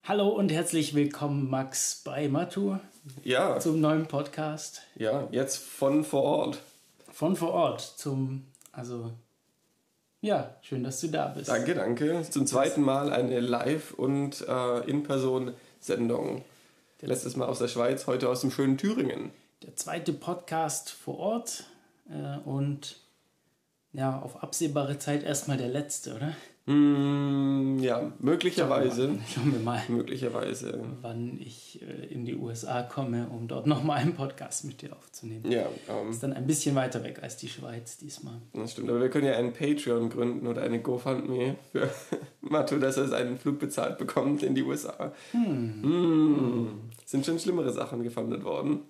Hallo und herzlich willkommen, Max, bei Matu. Ja. Zum neuen Podcast. Ja, jetzt von vor Ort. Von vor Ort schön, dass du da bist. Danke. Zum zweiten Mal eine Live- und In-Person-Sendung. Letztes Mal aus der Schweiz, heute aus dem schönen Thüringen. Der zweite Podcast vor Ort und auf absehbare Zeit erstmal der letzte, oder? Ja, möglicherweise. Schauen wir mal, Möglicherweise. wann ich in die USA komme, um dort nochmal einen Podcast mit dir aufzunehmen. Ja. Ist dann ein bisschen weiter weg als die Schweiz diesmal. Das stimmt, aber wir können ja einen Patreon gründen oder eine GoFundMe für Matu, dass er seinen Flug bezahlt bekommt in die USA. Sind schon schlimmere Sachen gefundet worden.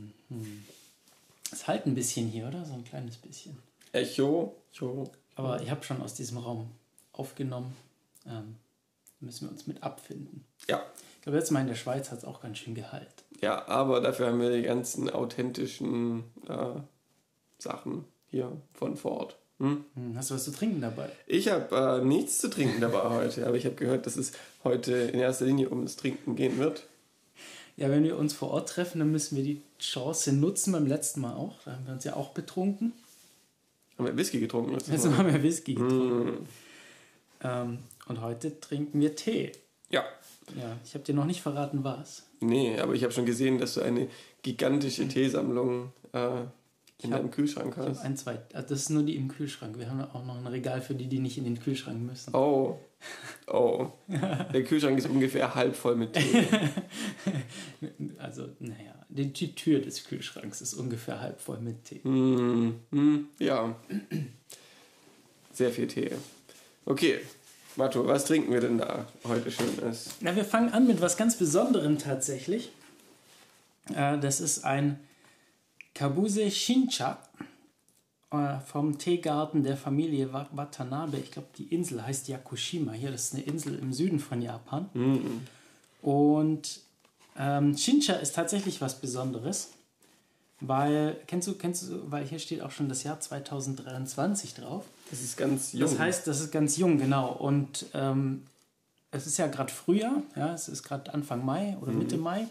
Es halt ein bisschen hier, oder? So ein kleines bisschen. Echo. Aber ich habe schon aus diesem Raum aufgenommen. Müssen wir uns mit abfinden. Ja. Ich glaube, letztes Mal in der Schweiz hat es auch ganz schön Gehalt. Ja, aber dafür haben wir die ganzen authentischen Sachen hier von vor Ort. Hast du was zu trinken dabei? Ich habe nichts zu trinken dabei heute, aber ich habe gehört, dass es heute in erster Linie ums Trinken gehen wird. Ja, wenn wir uns vor Ort treffen, dann müssen wir die Chance nutzen, beim letzten Mal auch. Da haben wir uns ja auch betrunken. Haben wir Whisky getrunken? Letztes Mal haben wir Whisky getrunken. Und heute trinken wir Tee. Ja. Ja, ich habe dir noch nicht verraten, was. Nee, aber ich habe schon gesehen, dass du eine gigantische Teesammlung in deinem Kühlschrank hast. Ich habe ein, zwei. Also das ist nur die im Kühlschrank. Wir haben auch noch ein Regal für die, die nicht in den Kühlschrank müssen. Oh. Der Kühlschrank ist ungefähr halb voll mit Tee. Also, die Tür des Kühlschranks ist ungefähr halb voll mit Tee. Ja. Sehr viel Tee. Okay, Matu, was trinken wir denn da heute Schönes? Na, wir fangen an mit was ganz Besonderem tatsächlich. Das ist ein Kabuse Shincha vom Teegarten der Familie Watanabe. Ich glaube, die Insel heißt Yakushima hier. Das ist eine Insel im Süden von Japan. Und Shincha ist tatsächlich was Besonderes, weil, kennst du, weil hier steht auch schon das Jahr 2023 drauf. Das ist ganz jung. Das heißt, das ist ganz jung, genau. Und es ist ja gerade Frühjahr, ja, es ist gerade Anfang Mai oder Mitte Mai.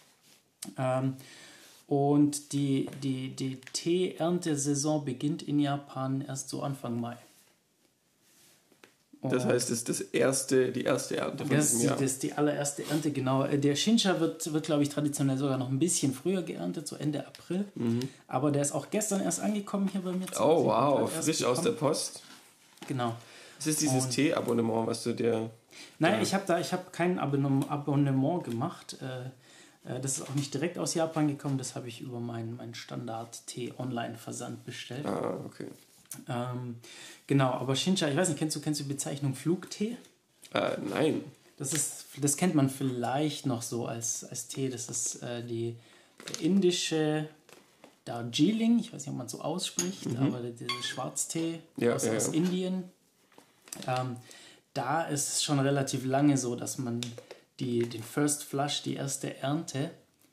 Und die Tee-Erntesaison beginnt in Japan erst so Anfang Mai. Das heißt, das ist die erste Ernte von diesem Jahr. Das ist die allererste Ernte, genau. Der Shincha wird glaube ich, traditionell sogar noch ein bisschen früher geerntet, so Ende April. Aber der ist auch gestern erst angekommen hier bei mir zu Hause. Oh, wow, frisch aus der Post. Genau. Was ist dieses Tee-Abonnement, was du dir... Nein, ich hab kein Abonnement gemacht. Das ist auch nicht direkt aus Japan gekommen, das habe ich über meinen Standard-Tee-Online-Versand bestellt. Ah, okay. Genau, aber Shincha, ich weiß nicht, kennst du die Bezeichnung Flugtee? Nein. Das kennt man vielleicht noch so als Tee. Das ist der indische Darjeeling, ich weiß nicht, ob man es so ausspricht, aber der Schwarztee aus Indien. Da ist es schon relativ lange so, dass man den First Flush, die erste Ernte,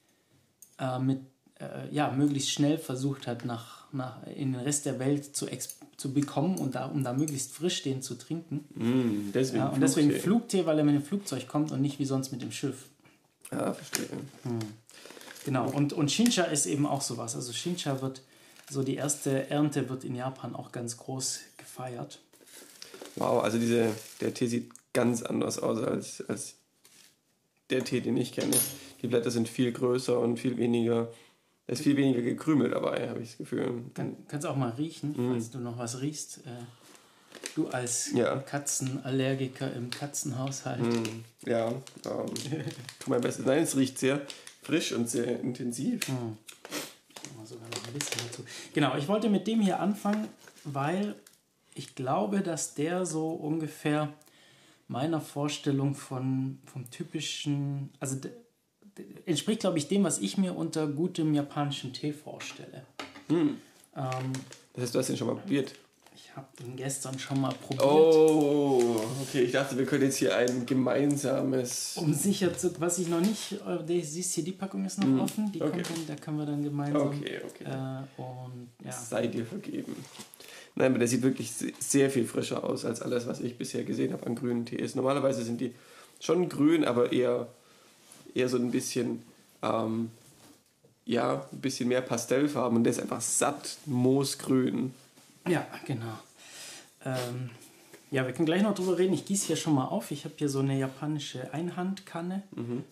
möglichst schnell versucht hat, in den Rest der Welt zu bekommen und um da möglichst frisch den zu trinken. Deswegen Flugtee, weil er mit dem Flugzeug kommt und nicht wie sonst mit dem Schiff. Ah, verstehe. Genau, und Shincha ist eben auch sowas. Also Shincha die erste Ernte wird in Japan auch ganz groß gefeiert. Wow, also der Tee sieht ganz anders aus als der Tee, den ich kenne. Die Blätter sind viel größer und viel weniger gekrümelt dabei, habe ich das Gefühl. Kannst auch mal riechen, falls du noch was riechst. Du als Katzenallergiker im Katzenhaushalt. Ja, tu mein Bestes. Nein, es riecht sehr frisch und sehr intensiv. Ich mache sogar noch ein bisschen dazu. Genau, ich wollte mit dem hier anfangen, weil ich glaube, dass der so ungefähr meiner Vorstellung vom typischen, also entspricht, glaube ich, dem, was ich mir unter gutem japanischen Tee vorstelle. Das heißt, du hast den schon mal probiert? Ich habe den gestern schon mal probiert. Oh, okay. Ich dachte, wir können jetzt hier ein gemeinsames... Um sicher zu... Was ich noch nicht... Siehst hier, die Packung ist noch offen. Da können wir dann gemeinsam... Okay. Und, ja. Sei dir vergeben. Nein, aber der sieht wirklich sehr viel frischer aus als alles, was ich bisher gesehen habe an grünen Tees. Normalerweise sind die schon grün, aber eher so ein bisschen, ein bisschen mehr Pastellfarben. Und der ist einfach satt moosgrün. Ja, genau. Ja, wir können gleich noch drüber reden. Ich gieße hier schon mal auf. Ich habe hier so eine japanische Einhandkanne.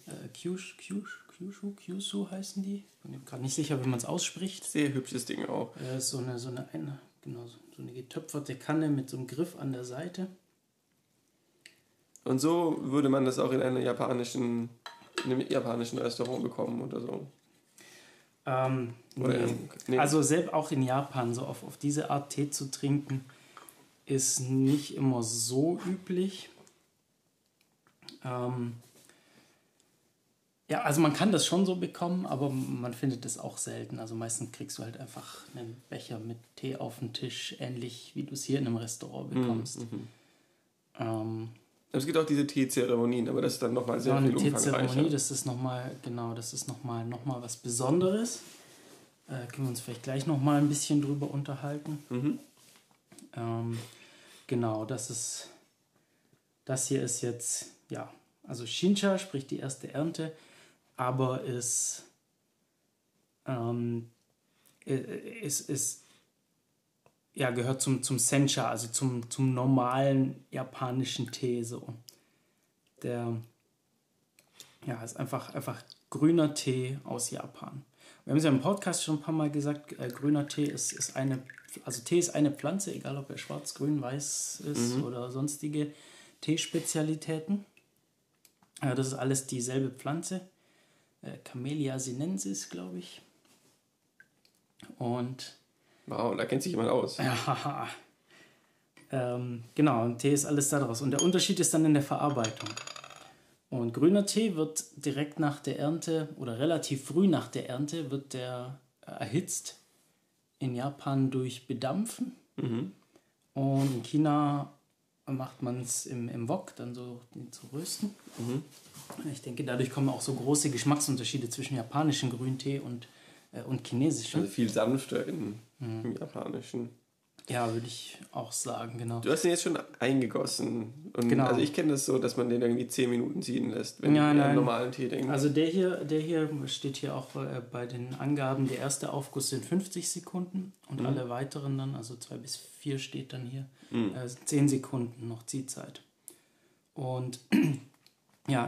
Kyushu heißen die. Ich bin mir gerade nicht sicher, wie man es ausspricht. Sehr hübsches Ding auch. So eine getöpferte Kanne mit so einem Griff an der Seite. Und so würde man das auch in einem japanischen Restaurant bekommen oder so. Nee. Also selbst auch in Japan, so auf diese Art Tee zu trinken, ist nicht immer so üblich. Ja, also man kann das schon so bekommen, aber man findet es auch selten. Also meistens kriegst du halt einfach einen Becher mit Tee auf den Tisch, ähnlich wie du es hier in einem Restaurant bekommst. Es gibt auch diese Teezeremonien, aber das ist dann nochmal sehr viel umfangreicher. Teezeremonie, das ist nochmal was Besonderes. Können wir uns vielleicht gleich nochmal ein bisschen drüber unterhalten. Genau, das hier ist jetzt, ja, also Shincha, sprich die erste Ernte, aber ist gehört zum Sencha, also zum normalen japanischen Tee so. Der ist einfach grüner Tee aus Japan. Wir haben es ja im Podcast schon ein paar Mal gesagt, grüner Tee ist eine Pflanze, egal ob er schwarz, grün, weiß ist oder sonstige Teespezialitäten. Das ist alles dieselbe Pflanze. Camellia sinensis, glaube ich. Und wow, da kennt sich jemand aus. Ja, genau, und Tee ist alles daraus. Und der Unterschied ist dann in der Verarbeitung. Und grüner Tee wird direkt nach der Ernte oder relativ früh nach der Ernte wird der erhitzt in Japan durch Bedampfen. Und in China macht man es im Wok, dann so den zu rösten. Ich denke, dadurch kommen auch so große Geschmacksunterschiede zwischen japanischem Grüntee und chinesischem. Also viel sanfter im Japanischen. Ja, würde ich auch sagen, genau. Du hast den jetzt schon eingegossen. Und genau. Also ich kenne das so, dass man den irgendwie 10 Minuten ziehen lässt, wenn man einen normalen Tee denkt. Also der hier steht hier auch bei den Angaben, der erste Aufguss sind 50 Sekunden und alle weiteren dann, also 2 bis 4 steht dann hier, 10 Sekunden noch Ziehzeit. Und ja,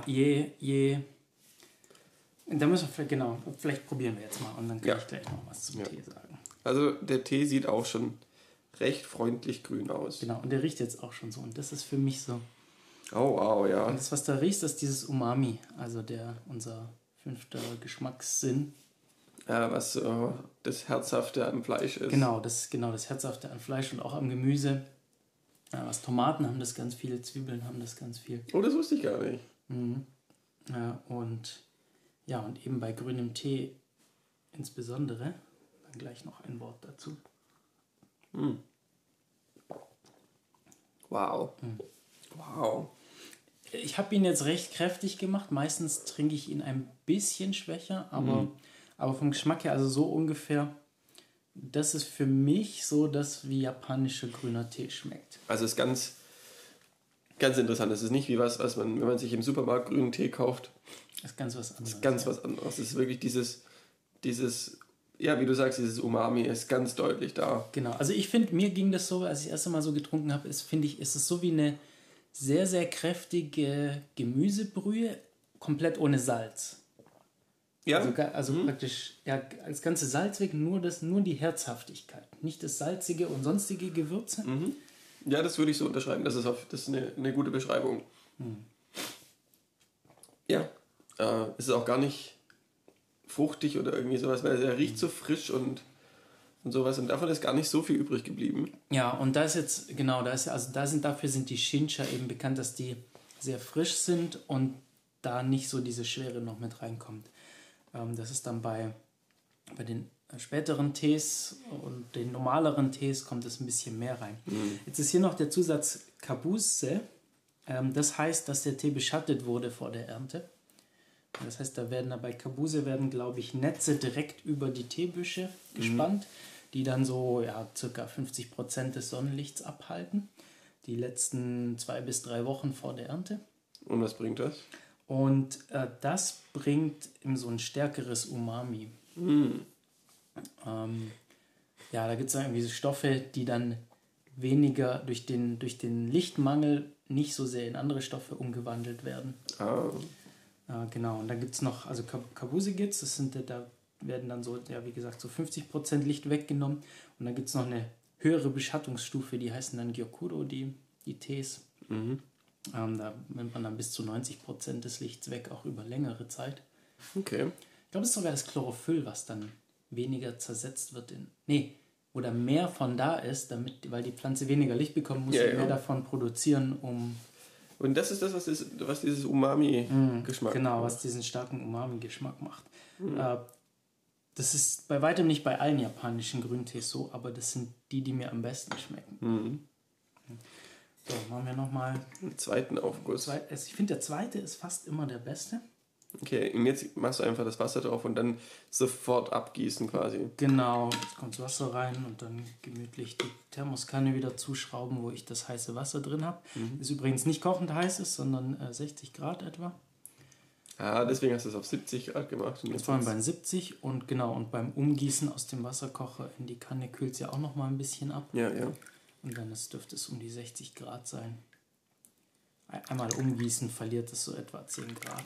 da müssen wir vielleicht probieren wir jetzt mal und dann kann ich gleich noch was zum Tee sagen. Also der Tee sieht auch schon recht freundlich grün aus. Genau, und der riecht jetzt auch schon so. Und das ist für mich so. Oh, wow, ja. Und das, was da riecht, ist dieses Umami, also unser 5. Geschmackssinn. Was das Herzhafte am Fleisch ist. Genau, das Herzhafte an Fleisch und auch am Gemüse. Was Tomaten haben das ganz viel, Zwiebeln haben das ganz viel. Oh, das wusste ich gar nicht. Und eben bei grünem Tee insbesondere. Dann gleich noch ein Wort dazu. Wow. Wow. Ich habe ihn jetzt recht kräftig gemacht. Meistens trinke ich ihn ein bisschen schwächer, aber vom Geschmack her, also so ungefähr, das ist für mich so, dass wie japanischer grüner Tee schmeckt. Also es ist ganz, ganz interessant. Es ist nicht wie was man, wenn man sich im Supermarkt grünen Tee kauft. Das ist ganz was anderes. Das ist ganz was anderes. Es ist wirklich dieses, ja, wie du sagst, dieses Umami ist ganz deutlich da. Genau, also ich finde, mir ging das so, als ich das erste Mal so getrunken habe, ist es so wie eine sehr, sehr kräftige Gemüsebrühe, komplett ohne Salz. Ja. Also praktisch, das ganze Salz weg, nur die Herzhaftigkeit. Nicht das salzige und sonstige Gewürze. Ja, das würde ich so unterschreiben. Das ist eine gute Beschreibung. Ja, es ist auch gar nicht fruchtig oder irgendwie sowas, weil er riecht so frisch und sowas und davon ist gar nicht so viel übrig geblieben. Ja, und dafür sind die Shincha eben bekannt, dass die sehr frisch sind und da nicht so diese Schwere noch mit reinkommt. Das ist dann bei den späteren Tees und den normaleren Tees kommt es ein bisschen mehr rein. Jetzt ist hier noch der Zusatz Kabuse. Das heißt, dass der Tee beschattet wurde vor der Ernte. Das heißt, bei Kabuse werden, glaube ich, Netze direkt über die Teebüsche gespannt, die dann so ca. 50% des Sonnenlichts abhalten. Die letzten 2 bis 3 Wochen vor der Ernte. Und was bringt das? Und das bringt ihm so ein stärkeres Umami. Ja, da gibt es irgendwie so Stoffe, die dann weniger durch den Lichtmangel nicht so sehr in andere Stoffe umgewandelt werden. Genau, und dann gibt es noch, also Kabusegits, das sind, da werden dann so, ja, wie gesagt, so 50% Licht weggenommen. Und dann gibt es noch eine höhere Beschattungsstufe, die heißen dann Gyokuro, die Tees. Da nimmt man dann bis zu 90% des Lichts weg, auch über längere Zeit. Okay. Ich glaube, es ist sogar das Chlorophyll, was dann weniger zersetzt wird oder mehr von da ist, weil die Pflanze weniger Licht bekommt, muss sie mehr davon produzieren, um... Und das ist das, was dieses Umami-Geschmack Genau, was diesen starken Umami-Geschmack macht. Das ist bei weitem nicht bei allen japanischen Grüntees so, aber das sind die mir am besten schmecken. So, machen wir nochmal einen zweiten Aufguss. Ich finde, der zweite ist fast immer der beste. Okay, und jetzt machst du einfach das Wasser drauf und dann sofort abgießen quasi. Genau, jetzt kommt das Wasser rein und dann gemütlich die Thermoskanne wieder zuschrauben, wo ich das heiße Wasser drin habe. Das übrigens nicht kochend heiß ist, sondern 60 Grad etwa. Deswegen hast du es auf 70 Grad gemacht. Jetzt waren wir bei 70 und genau, und beim Umgießen aus dem Wasserkocher in die Kanne kühlt es ja auch noch mal ein bisschen ab. Ja. Und dann dürfte es um die 60 Grad sein. Einmal umgießen verliert es so etwa 10 Grad.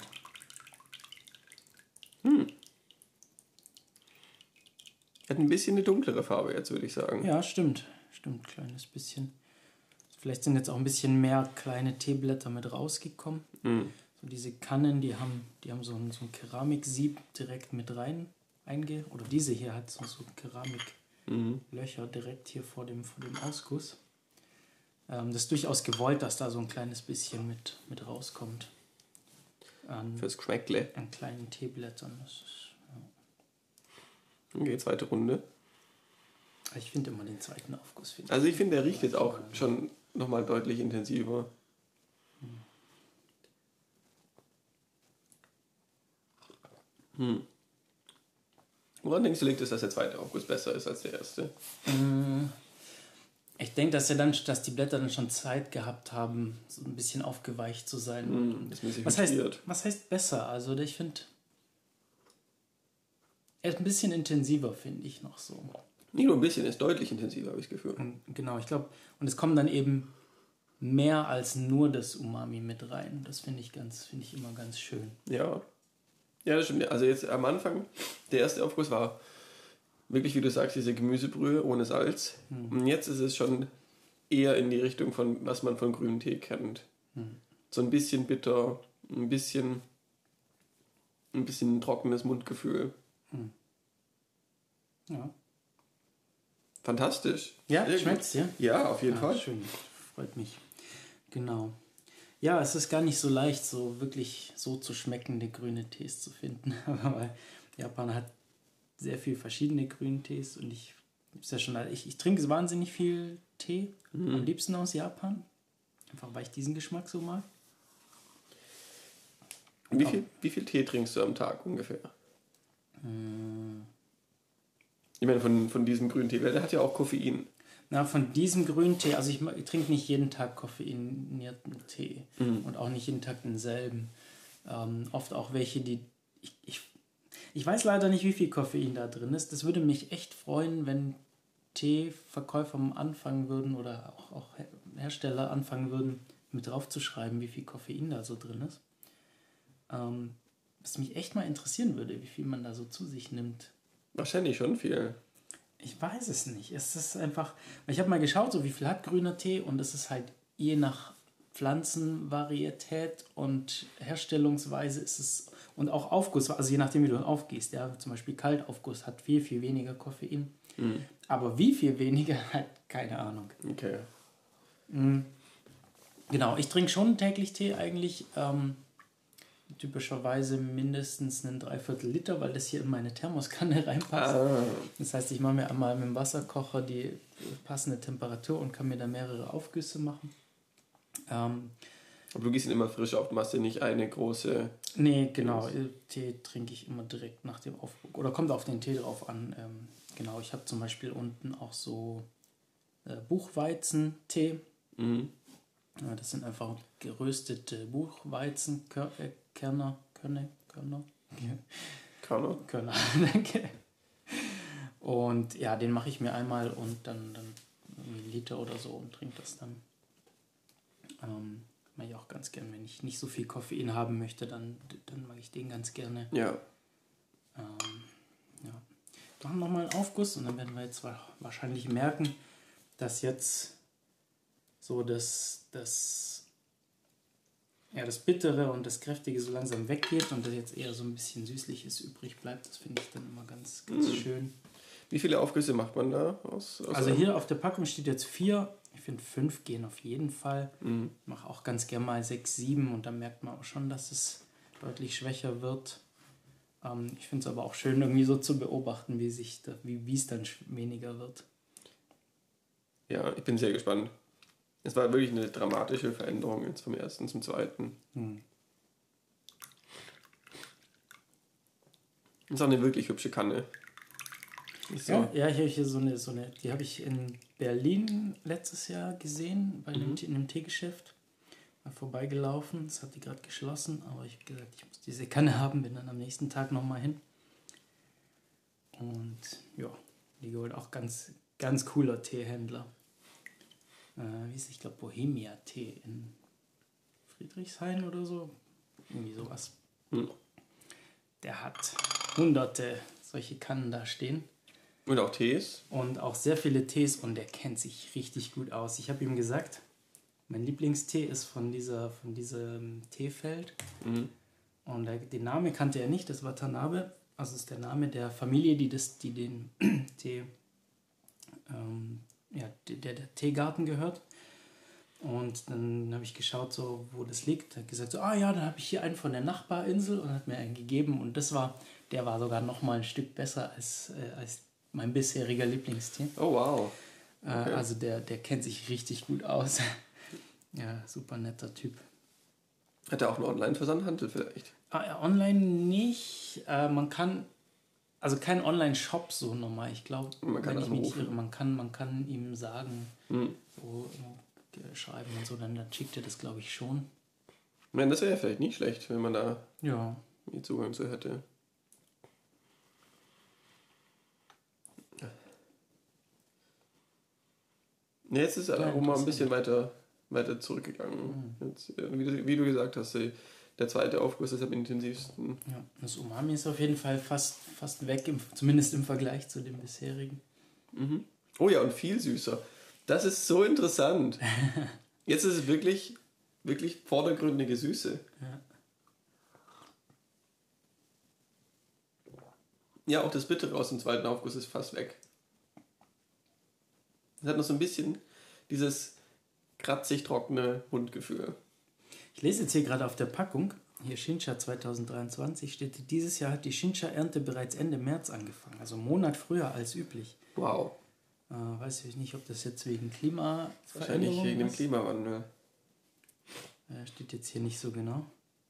Hat ein bisschen eine dunklere Farbe jetzt, würde ich sagen. Ja, stimmt. Stimmt, kleines bisschen. Vielleicht sind jetzt auch ein bisschen mehr kleine Teeblätter mit rausgekommen. So diese Kannen, die haben so ein Keramiksieb direkt mit rein oder diese hier hat so Keramiklöcher direkt hier vor dem Ausguss. Das ist durchaus gewollt, dass da so ein kleines bisschen mit rauskommt. Fürs Geschmäckle. An kleinen Teeblättern. Das ist, Okay, zweite Runde. ich finde immer den zweiten Aufguss. Also ich finde, der riecht jetzt auch schon nochmal deutlich intensiver. Woran denkst du, liegt es, dass der zweite Aufguss besser ist als der erste? Ich denke, dass die Blätter dann schon Zeit gehabt haben, so ein bisschen aufgeweicht zu sein. Was heißt besser? Also ich finde, er ist ein bisschen intensiver, finde ich noch so. Nicht nur ein bisschen, er ist deutlich intensiver, habe ich das Gefühl. Genau, ich glaube, und es kommt dann eben mehr als nur das Umami mit rein. Das finde ich immer ganz schön. Ja, das stimmt. Also jetzt am Anfang, der erste Aufguss war wirklich, wie du sagst, diese Gemüsebrühe ohne Salz. Und jetzt ist es schon eher in die Richtung von, was man von grünem Tee kennt. So ein bisschen bitter, ein bisschen trockenes Mundgefühl. Ja. Fantastisch. Ja, schmeckt's dir? Ja, auf jeden Fall. Schön, freut mich. Genau. Ja, es ist gar nicht so leicht, so wirklich so zu schmeckende grüne Tees zu finden. Weil Japan hat sehr viele verschiedene grüne Tees und ich trinke wahnsinnig viel Tee, am liebsten aus Japan. Einfach weil ich diesen Geschmack so mag. Wie viel Tee trinkst du am Tag ungefähr? Ich meine, von diesem grünen Tee, weil der hat ja auch Koffein. Von diesem grünen Tee, also ich trinke nicht jeden Tag koffeinierten Tee und auch nicht jeden Tag denselben. Oft auch welche, die... Ich weiß leider nicht, wie viel Koffein da drin ist. Das würde mich echt freuen, wenn Teeverkäufer anfangen würden oder auch Hersteller anfangen würden, mit drauf zu schreiben, wie viel Koffein da so drin ist. Was mich echt mal interessieren würde, wie viel man da so zu sich nimmt. Wahrscheinlich schon viel. Ich weiß es nicht. Es ist einfach, ich habe mal geschaut, so wie viel hat grüner Tee und es ist halt je nach Pflanzenvarietät und Herstellungsweise ist es und auch Aufguss, also je nachdem wie du ihn aufgießt, ja, zum Beispiel Kaltaufguss hat viel, viel weniger Koffein, aber wie viel weniger, halt keine Ahnung. Okay. Genau, ich trinke schon täglich Tee eigentlich, typischerweise mindestens einen 3/4 Liter, weil das hier in meine Thermoskanne reinpasst. Das heißt, ich mache mir einmal mit dem Wasserkocher die passende Temperatur und kann mir da mehrere Aufgüsse machen. Aber du gießt ihn immer frisch auf, du machst dir nicht eine große... Nee, genau. Tee trinke ich immer direkt nach dem Aufguss. Oder kommt auf den Tee drauf an. Genau, ich habe zum Beispiel unten auch so Buchweizentee. Ja, das sind einfach geröstete Buchweizenkörner. Körner. Körner, danke. Und ja, den mache ich mir einmal und dann irgendwie einen Liter oder so und trinke das dann. Mache ich auch ganz gerne. Wenn ich nicht so viel Koffein haben möchte, dann mag ich den ganz gerne. Ja. Ja. Machen wir nochmal einen Aufguss und dann werden wir jetzt wahrscheinlich merken, dass jetzt so das Bittere und das Kräftige so langsam weggeht und dass jetzt eher so ein bisschen Süßliches übrig bleibt. Das finde ich dann immer ganz schön. Wie viele Aufgüsse macht man da? Also hier auf der Packung steht jetzt 4. Ich finde 5 gehen auf jeden Fall. Ich mache auch ganz gerne mal 6, 7 und dann merkt man auch schon, dass es deutlich schwächer wird. Ich finde es aber auch schön, irgendwie so zu beobachten, wie es dann weniger wird. Ja, ich bin sehr gespannt. Es war wirklich eine dramatische Veränderung jetzt vom ersten zum zweiten. Das ist auch eine wirklich hübsche Kanne. So. Ja, hier so eine, die habe ich in Berlin letztes Jahr gesehen, in einem Teegeschäft. Mal vorbeigelaufen, das hat die gerade geschlossen, aber ich habe gesagt, ich muss diese Kanne haben, bin dann am nächsten Tag nochmal hin. Und ja, die geholt auch ganz, ganz cooler Teehändler. Wie ist, ich glaube, Bohemia Tee in Friedrichshain oder so. Irgendwie sowas. Der hat hunderte solche Kannen da stehen. Und auch Tees. Und auch sehr viele Tees und der kennt sich richtig gut aus. Ich habe ihm gesagt, mein Lieblingstee ist von diesem Teefeld. Und den Namen kannte er nicht, das war Watanabe. Also das ist der Name der Familie, die den Tee, der Teegarten gehört. Und dann habe ich geschaut, so, wo das liegt. Er hat gesagt, so, dann habe ich hier einen von der Nachbarinsel und hat mir einen gegeben. Und der war sogar noch mal ein Stück besser als mein bisheriger Lieblingstee. Oh, wow. Okay. Also der kennt sich richtig gut aus. Ja, super netter Typ. Hat er auch einen Online-Versandhandel vielleicht? Online nicht. Man kann, also kein Online-Shop so normal. Ich glaube, wenn ich mich nicht irre, man kann ihm sagen, so schreiben und so, dann schickt er das, glaube ich, schon. Ich meine, das wäre ja vielleicht nicht schlecht, wenn man da ja Zugang zu hätte. Ja, jetzt ist das Aroma ein bisschen weiter zurückgegangen. Jetzt, wie du gesagt hast, der zweite Aufguss ist am intensivsten. Ja, das Umami ist auf jeden Fall fast weg, zumindest im Vergleich zu dem bisherigen. Oh ja, und viel süßer. Das ist so interessant. Jetzt ist es wirklich, wirklich vordergründige Süße. Ja, auch das Bittere aus dem zweiten Aufguss ist fast weg. Es hat noch so ein bisschen dieses kratzig trockene Mundgefühl. Ich lese jetzt hier gerade auf der Packung, hier Shincha 2023, steht, dieses Jahr hat die Shincha-Ernte bereits Ende März angefangen, also einen Monat früher als üblich. Wow. Weiß ich nicht, ob das jetzt wegen Klimaveränderung ist. Wahrscheinlich wegen dem Klimawandel. Steht jetzt hier nicht so genau.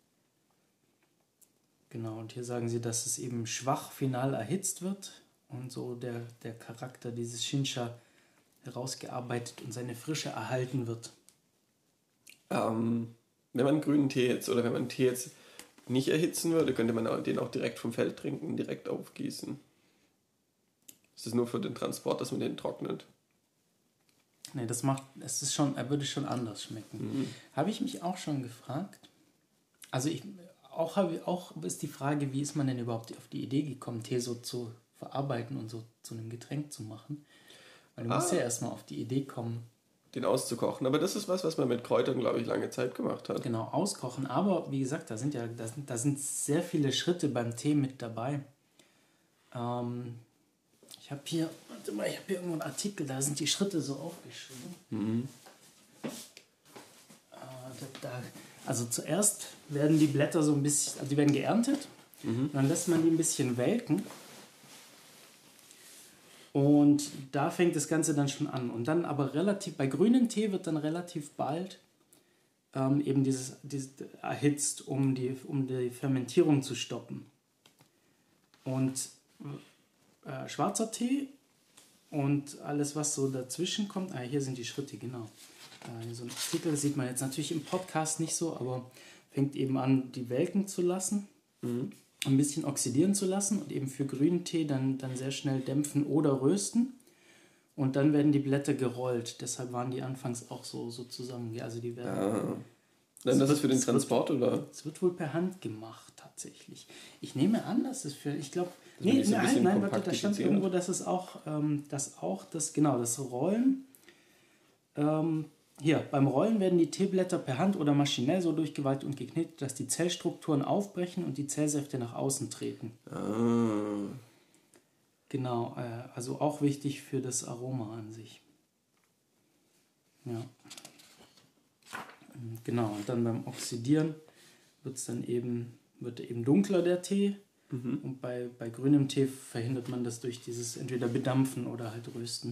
Genau, und hier sagen sie, dass es eben schwach final erhitzt wird und so der Charakter dieses Shincha herausgearbeitet und seine Frische erhalten wird. Wenn man grünen Tee jetzt oder wenn man Tee jetzt nicht erhitzen würde, könnte man den auch direkt vom Feld trinken, direkt aufgießen. Es ist nur für den Transport, dass man den trocknet. Nee, er würde schon anders schmecken. Habe ich mich auch schon gefragt. Also auch ist die Frage, wie ist man denn überhaupt auf die Idee gekommen, Tee so zu verarbeiten und so zu einem Getränk zu machen? Weil du musst ja erstmal auf die Idee kommen, den auszukochen. Aber das ist was man mit Kräutern, glaube ich, lange Zeit gemacht hat. Genau, auskochen. Aber wie gesagt, da sind sehr viele Schritte beim Tee mit dabei. Ich habe hier irgendwo einen Artikel, da sind die Schritte so aufgeschrieben. Also zuerst werden die Blätter so ein bisschen, also die werden geerntet, dann lässt man die ein bisschen welken. Und da fängt das Ganze dann schon an. Und dann aber bei grünem Tee wird dann relativ bald eben dieses erhitzt, um die Fermentierung zu stoppen. Und schwarzer Tee Und alles, was so dazwischen kommt, hier sind die Schritte, genau. So ein Artikel, das sieht man jetzt natürlich im Podcast nicht so, aber fängt eben an, die welken zu lassen, ein bisschen oxidieren zu lassen und eben für grünen Tee dann sehr schnell dämpfen oder rösten. Und dann werden die Blätter gerollt. Deshalb waren die anfangs auch so zusammen. Ja, also die werden. Dann das ist für den Transport, oder? Es wird wohl per Hand gemacht, tatsächlich. Ich nehme an, dass es für. Ich glaube. Nein, Warte, da stand irgendwo, dass es auch, das Rollen. Hier, beim Rollen werden die Teeblätter per Hand oder maschinell so durchgewalkt und geknetet, dass die Zellstrukturen aufbrechen und die Zellsäfte nach außen treten. Genau, also auch wichtig für das Aroma an sich. Ja. Genau, und dann beim Oxidieren wird eben dunkler der Tee. Und bei grünem Tee verhindert man das durch dieses entweder Bedampfen oder halt Rösten.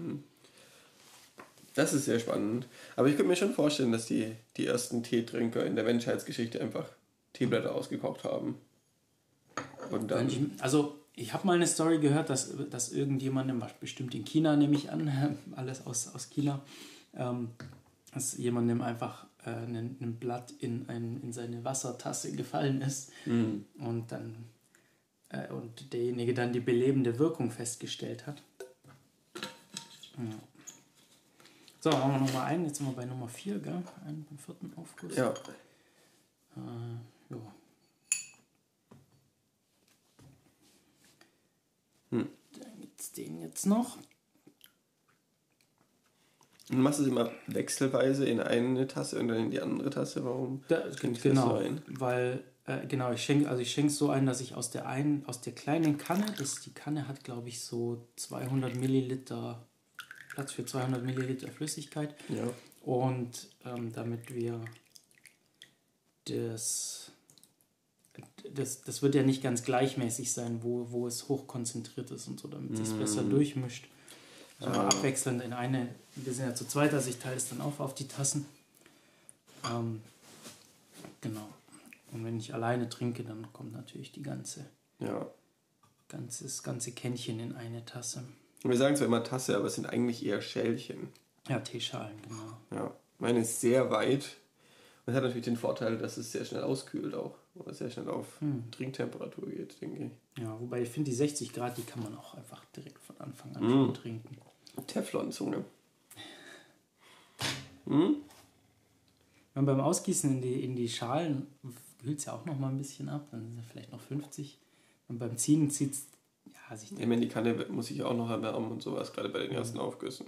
Das ist sehr spannend. Aber ich könnte mir schon vorstellen, dass die ersten Teetrinker in der Menschheitsgeschichte einfach Teeblätter ausgekocht haben. Und dann... Ich habe mal eine Story gehört, dass irgendjemandem, bestimmt in China nehme ich an, alles aus China, dass jemandem einfach ein Blatt in seine Wassertasse gefallen ist und derjenige dann die belebende Wirkung festgestellt hat. Ja. So, machen wir nochmal einen. Jetzt sind wir bei Nummer 4, gell? Beim 4. Aufguss. Ja. Ja. Dann gibt es den jetzt noch. Du machst es immer wechselweise in eine Tasse und dann in die andere Tasse. Warum? Genau, so ein? Weil ich schenke es so ein, dass ich aus der kleinen Kanne, die Kanne hat glaube ich so 200 Milliliter, Platz für 200 Milliliter Flüssigkeit. Ja. Und damit wir das wird ja nicht ganz gleichmäßig sein, wo es hochkonzentriert ist und so, damit es besser durchmischt. Also abwechselnd in eine, wir sind ja zu zweit, also ich teile es dann auf die Tassen. Genau. Und wenn ich alleine trinke, dann kommt natürlich das ganze Kännchen in eine Tasse. Wir sagen zwar immer Tasse, aber es sind eigentlich eher Schälchen. Ja, Teeschalen, genau. Ja, meine ist sehr weit und hat natürlich den Vorteil, dass es sehr schnell auskühlt auch. Oder sehr schnell auf Trinktemperatur geht, denke ich. Ja, wobei ich finde, die 60 Grad, die kann man auch einfach direkt von Anfang an schon trinken. Teflonzunge. Wenn beim Ausgießen in die Schalen kühlt es ja auch noch mal ein bisschen ab, dann sind es vielleicht noch 50. Und beim Ziehen zieht es, ich meine, die Kanne muss ich auch noch erwärmen und sowas, gerade bei den ersten Aufgüssen.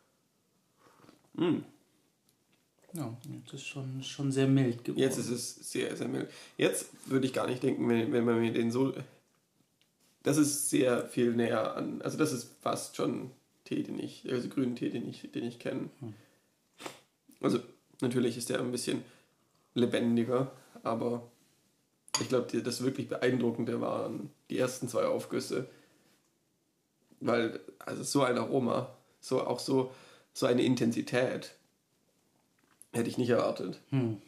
Ja, das ist schon sehr mild geworden. Jetzt ist es sehr, sehr mild. Jetzt würde ich gar nicht denken, wenn man mir den so... Das ist sehr viel näher an... Also das ist fast schon Tee, grünen Tee, den ich kenne. Also natürlich ist der ein bisschen lebendiger, aber ich glaube, das wirklich Beeindruckende waren die ersten 2 Aufgüsse. Weil, also so ein Aroma, so eine Intensität hätte ich nicht erwartet.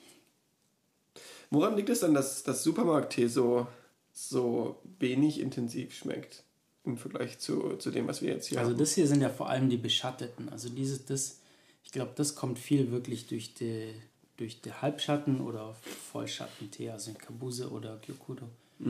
Woran liegt es dann, dass Supermarkttee so wenig intensiv schmeckt im Vergleich zu dem, was wir jetzt hier haben? Also das hier sind ja vor allem die beschatteten. Also ich glaube, das kommt viel wirklich durch die Halbschatten- oder Vollschattentee, also in Kabuse oder Gyokudo.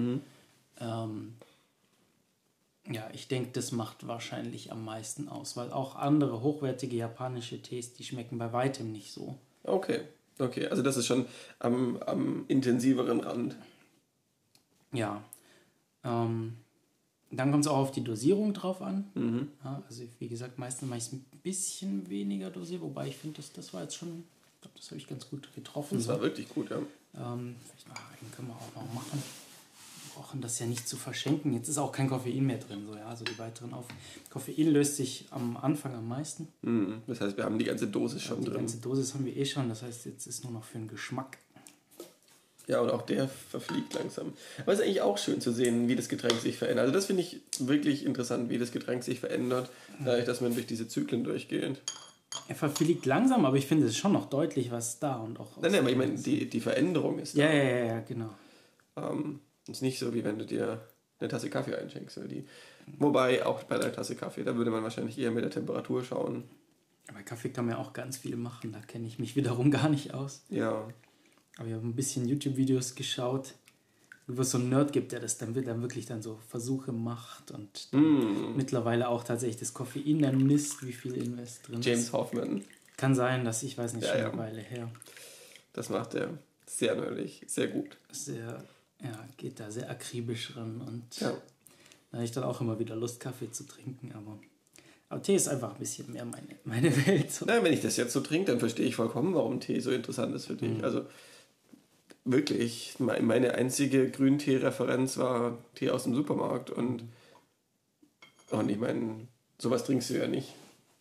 Ja, ich denke, das macht wahrscheinlich am meisten aus, weil auch andere hochwertige japanische Tees, die schmecken bei weitem nicht so. Okay, also das ist schon am intensiveren Rand. Ja, dann kommt es auch auf die Dosierung drauf an. Ja, also wie gesagt, meistens mache ich es ein bisschen weniger dosiert, wobei ich finde, das war jetzt schon, ich glaube, das habe ich ganz gut getroffen. Das war wirklich gut, ja. Vielleicht noch einen können wir auch noch machen. Wir brauchen das ja nicht zu verschenken. Jetzt ist auch kein Koffein mehr drin. So, ja, also die weiteren Koffein löst sich am Anfang am meisten. Das heißt, wir haben die ganze Dosis schon drin. Die ganze Dosis haben wir schon. Das heißt, jetzt ist nur noch für den Geschmack. Ja, und auch der verfliegt langsam. Aber es ist eigentlich auch schön zu sehen, wie das Getränk sich verändert. Also das finde ich wirklich interessant, wie das Getränk sich verändert, dadurch, dass man durch diese Zyklen durchgeht. Er verfliegt langsam, aber ich finde, es ist schon noch deutlich was da. Und auch Nein, aber ich meine, die Veränderung ist da. Ja, genau. Ist nicht so, wie wenn du dir eine Tasse Kaffee einschenkst. Wobei, auch bei der Tasse Kaffee, da würde man wahrscheinlich eher mit der Temperatur schauen. Bei Kaffee kann man ja auch ganz viel machen, da kenne ich mich wiederum gar nicht aus. Ja. Aber ich habe ein bisschen YouTube-Videos geschaut, wo es so einen Nerd gibt, der das dann wirklich dann so Versuche macht und mittlerweile auch tatsächlich das Koffein dann misst, wie viel Invest drin ist. James Hoffman. Kann sein, dass ich weiß nicht, schon eine Weile her. Das macht er sehr neulich, sehr gut. Geht da sehr akribisch ran und ja. Da habe ich dann auch immer wieder Lust, Kaffee zu trinken, aber Tee ist einfach ein bisschen mehr meine Welt. Na, wenn ich das jetzt so trinke, dann verstehe ich vollkommen, warum Tee so interessant ist für dich. Also wirklich, meine einzige Grüntee-Referenz war Tee aus dem Supermarkt und ich meine, sowas trinkst du ja nicht.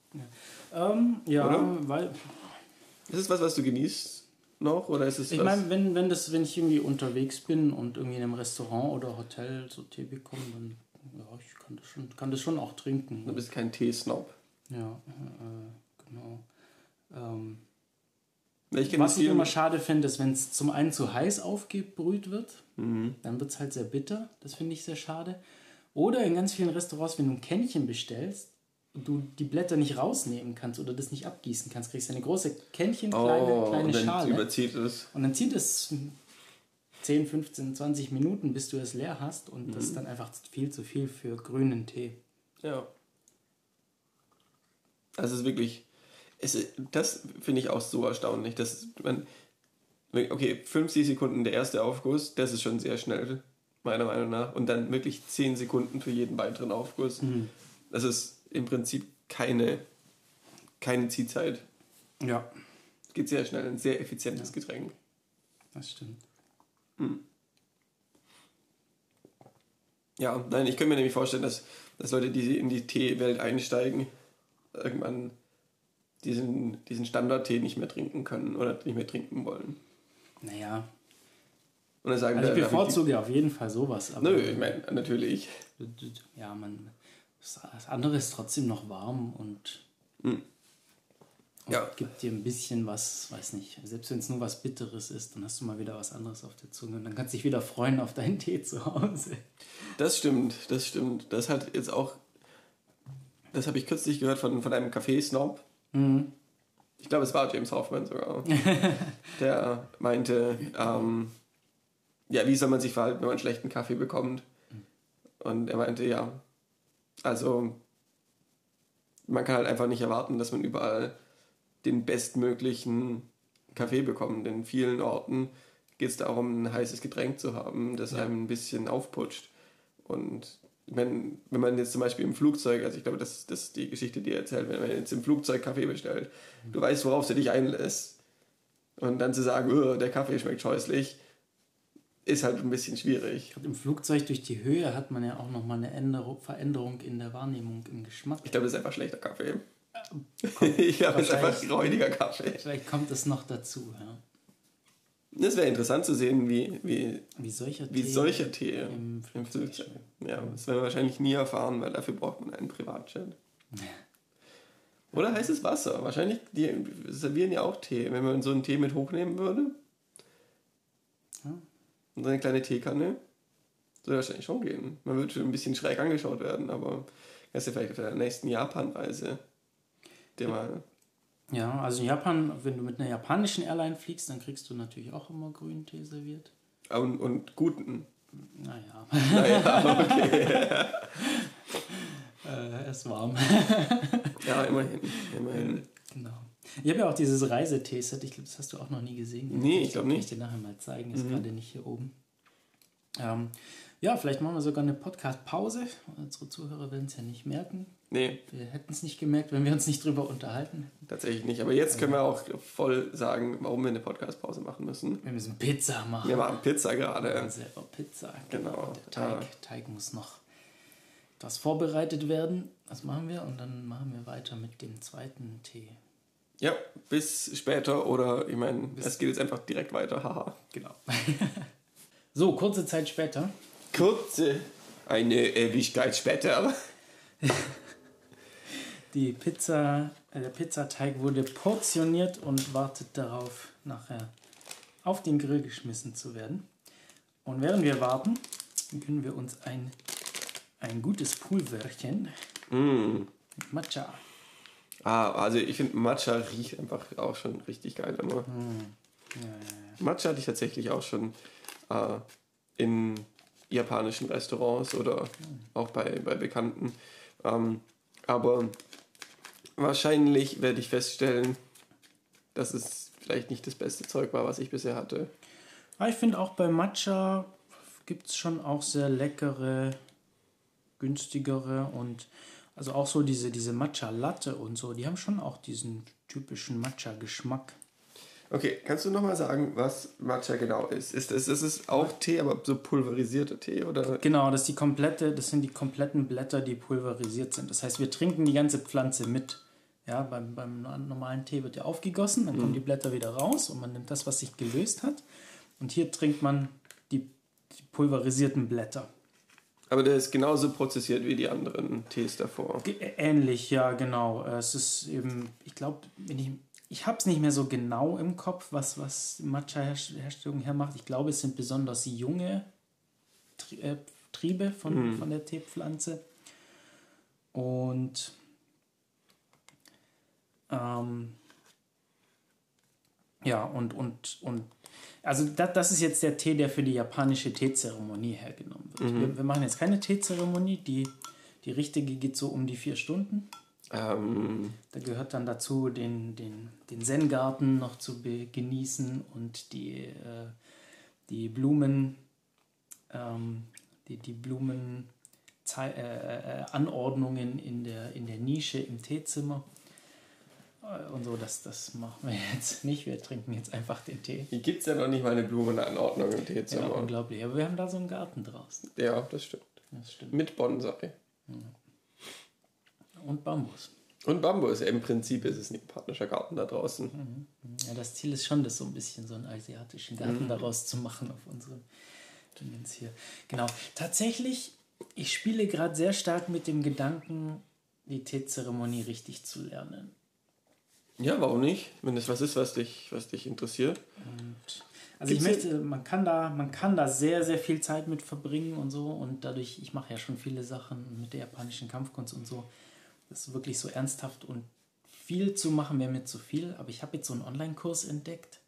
Weil... Ist es was du genießt noch? Oder ist es ich meine, wenn ich irgendwie unterwegs bin und irgendwie in einem Restaurant oder Hotel so Tee bekomme, dann ich kann das schon auch trinken. Du bist kein Teesnob. Ja, genau. Was ich immer schade finde, ist, wenn es zum einen zu heiß aufgebrüht wird, dann wird es halt sehr bitter. Das finde ich sehr schade. Oder in ganz vielen Restaurants, wenn du ein Kännchen bestellst und du die Blätter nicht rausnehmen kannst oder das nicht abgießen kannst, kriegst du eine große Kännchen, kleine Schale. Überzieht es. Und dann zieht es 10, 15, 20 Minuten, bis du es leer hast und das ist dann einfach viel zu viel für grünen Tee. Ja. Also es ist wirklich... Das finde ich auch so erstaunlich, dass man... Okay, 50 Sekunden der erste Aufguss, das ist schon sehr schnell, meiner Meinung nach. Und dann wirklich 10 Sekunden für jeden weiteren Aufguss. Das ist im Prinzip keine Ziehzeit. Ja. Es geht sehr schnell, ein sehr effizientes Getränk. Das stimmt. Ja, nein, ich könnte mir nämlich vorstellen, dass Leute, die in die Teewelt einsteigen, irgendwann diesen Standard-Tee nicht mehr trinken können oder nicht mehr trinken wollen. Naja. Und dann sagen ich bevorzuge auf jeden Fall sowas. Aber ich meine, natürlich. Ja, das andere ist trotzdem noch warm und gibt dir ein bisschen was, weiß nicht, selbst wenn es nur was Bitteres ist, dann hast du mal wieder was anderes auf der Zunge und dann kannst du dich wieder freuen auf deinen Tee zu Hause. Das stimmt. Das hat jetzt auch, das habe ich kürzlich gehört von einem Kaffeesnob. Ich glaube, es war James Hoffman sogar. Der meinte, wie soll man sich verhalten, wenn man schlechten Kaffee bekommt? Und er meinte, also man kann halt einfach nicht erwarten, dass man überall den bestmöglichen Kaffee bekommt. In vielen Orten geht es darum, ein heißes Getränk zu haben, das einem ein bisschen aufputscht. Und wenn man jetzt zum Beispiel im Flugzeug, also ich glaube, das ist die Geschichte, die er erzählt, wenn man jetzt im Flugzeug Kaffee bestellt, du weißt, worauf du dich einlässt. Und dann zu sagen, der Kaffee schmeckt scheußlich, ist halt ein bisschen schwierig. Im Flugzeug durch die Höhe hat man ja auch nochmal eine Veränderung in der Wahrnehmung, im Geschmack. Ich glaube, das ist einfach schlechter Kaffee. Ich glaube, es ist einfach räudiger Kaffee. Vielleicht kommt es noch dazu, ja. Das wäre interessant zu sehen, wie solcher Tee im Flugzeug. Ja, das werden wir wahrscheinlich nie erfahren, weil dafür braucht man einen Privatjet. Oder heißes Wasser. Wahrscheinlich, die servieren ja auch Tee. Wenn man so einen Tee mit hochnehmen würde und so eine kleine Teekanne, soll wahrscheinlich schon gehen. Man würde schon ein bisschen schräg angeschaut werden, aber das ist ja vielleicht auf der nächsten Japan-Reise. Ja, also in Japan, wenn du mit einer japanischen Airline fliegst, dann kriegst du natürlich auch immer grünen Tee serviert. Und guten. Naja, okay. Er ist warm. Ja, immerhin. Genau. Ich habe ja auch dieses Reiseteeset, ich glaube, das hast du auch noch nie gesehen. Nee, ich glaube nicht. Kann ich dir nachher mal zeigen, ist gerade nicht hier oben. Vielleicht machen wir sogar eine Podcast-Pause. Unsere Zuhörer werden es ja nicht merken. Nee. Wir hätten es nicht gemerkt, wenn wir uns nicht drüber unterhalten. Tatsächlich nicht. Aber jetzt können wir auch voll sagen, warum wir eine Podcast-Pause machen müssen. Wir müssen Pizza machen. Wir machen Pizza gerade. Wir selber Pizza. Genau. Der Teig muss noch etwas vorbereitet werden. Das machen wir und dann machen wir weiter mit dem zweiten Tee. Ja, bis später oder ich meine, es geht jetzt einfach direkt weiter. Haha. Genau. So, kurze Zeit später. Eine Ewigkeit später. Der Pizzateig wurde portioniert und wartet darauf, nachher auf den Grill geschmissen zu werden. Und während wir warten, können wir uns ein ein gutes Pulverchen Mm. mit Matcha. Also ich finde Matcha riecht einfach auch schon richtig geil immer. Matcha hatte ich tatsächlich auch schon in japanischen Restaurants oder auch bei Bekannten. Aber wahrscheinlich werde ich feststellen, dass es vielleicht nicht das beste Zeug war, was ich bisher hatte. Ich finde auch bei Matcha gibt es schon auch sehr leckere, günstigere und also auch so diese Matcha Latte und so, die haben schon auch diesen typischen Matcha Geschmack. Okay, kannst du nochmal sagen, was Matcha genau ist? Ist es auch Tee, aber so pulverisierter Tee, oder? Genau, das sind die kompletten Blätter, die pulverisiert sind. Das heißt, wir trinken die ganze Pflanze mit. Ja, beim normalen Tee wird ja aufgegossen, dann kommen die Blätter wieder raus und man nimmt das, was sich gelöst hat. Und hier trinkt man die pulverisierten Blätter. Aber der ist genauso prozessiert wie die anderen Tees davor. Ähnlich, ja, genau. Es ist eben, ich glaube, ich habe es nicht mehr so genau im Kopf, was Matcha-Herstellung hermacht. Ich glaube, es sind besonders junge Triebe von der Teepflanze. Und ja, und also das ist jetzt der Tee, der für die japanische Teezeremonie hergenommen wird. Wir machen jetzt keine Teezeremonie, die richtige geht so um die 4 Stunden. Da gehört dann dazu, den Zen-Garten noch zu genießen und die Blumen, die Anordnungen in der Nische im Teezimmer. Und so, das machen wir jetzt nicht. Wir trinken jetzt einfach den Tee. Hier gibt es ja noch nicht mal eine Blumenanordnung im Teezimmer. Ja, unglaublich. Aber wir haben da so einen Garten draußen. Ja, das stimmt. Mit Bonsai. Und Bambus. Und Bambus. Im Prinzip ist es ein japanischer Garten da draußen. Ja, das Ziel ist schon, das so ein bisschen so einen asiatischen Garten daraus zu machen auf unserem Dingens hier. Genau. Tatsächlich, ich spiele gerade sehr stark mit dem Gedanken, die Teezeremonie richtig zu lernen. Ja, warum nicht? Wenn das was ist, was dich interessiert. Also man kann da sehr, sehr viel Zeit mit verbringen und so. Und dadurch, ich mache ja schon viele Sachen mit der japanischen Kampfkunst und so. Das ist wirklich so ernsthaft und viel zu machen wäre mir zu viel. Aber ich habe jetzt so einen Online-Kurs entdeckt.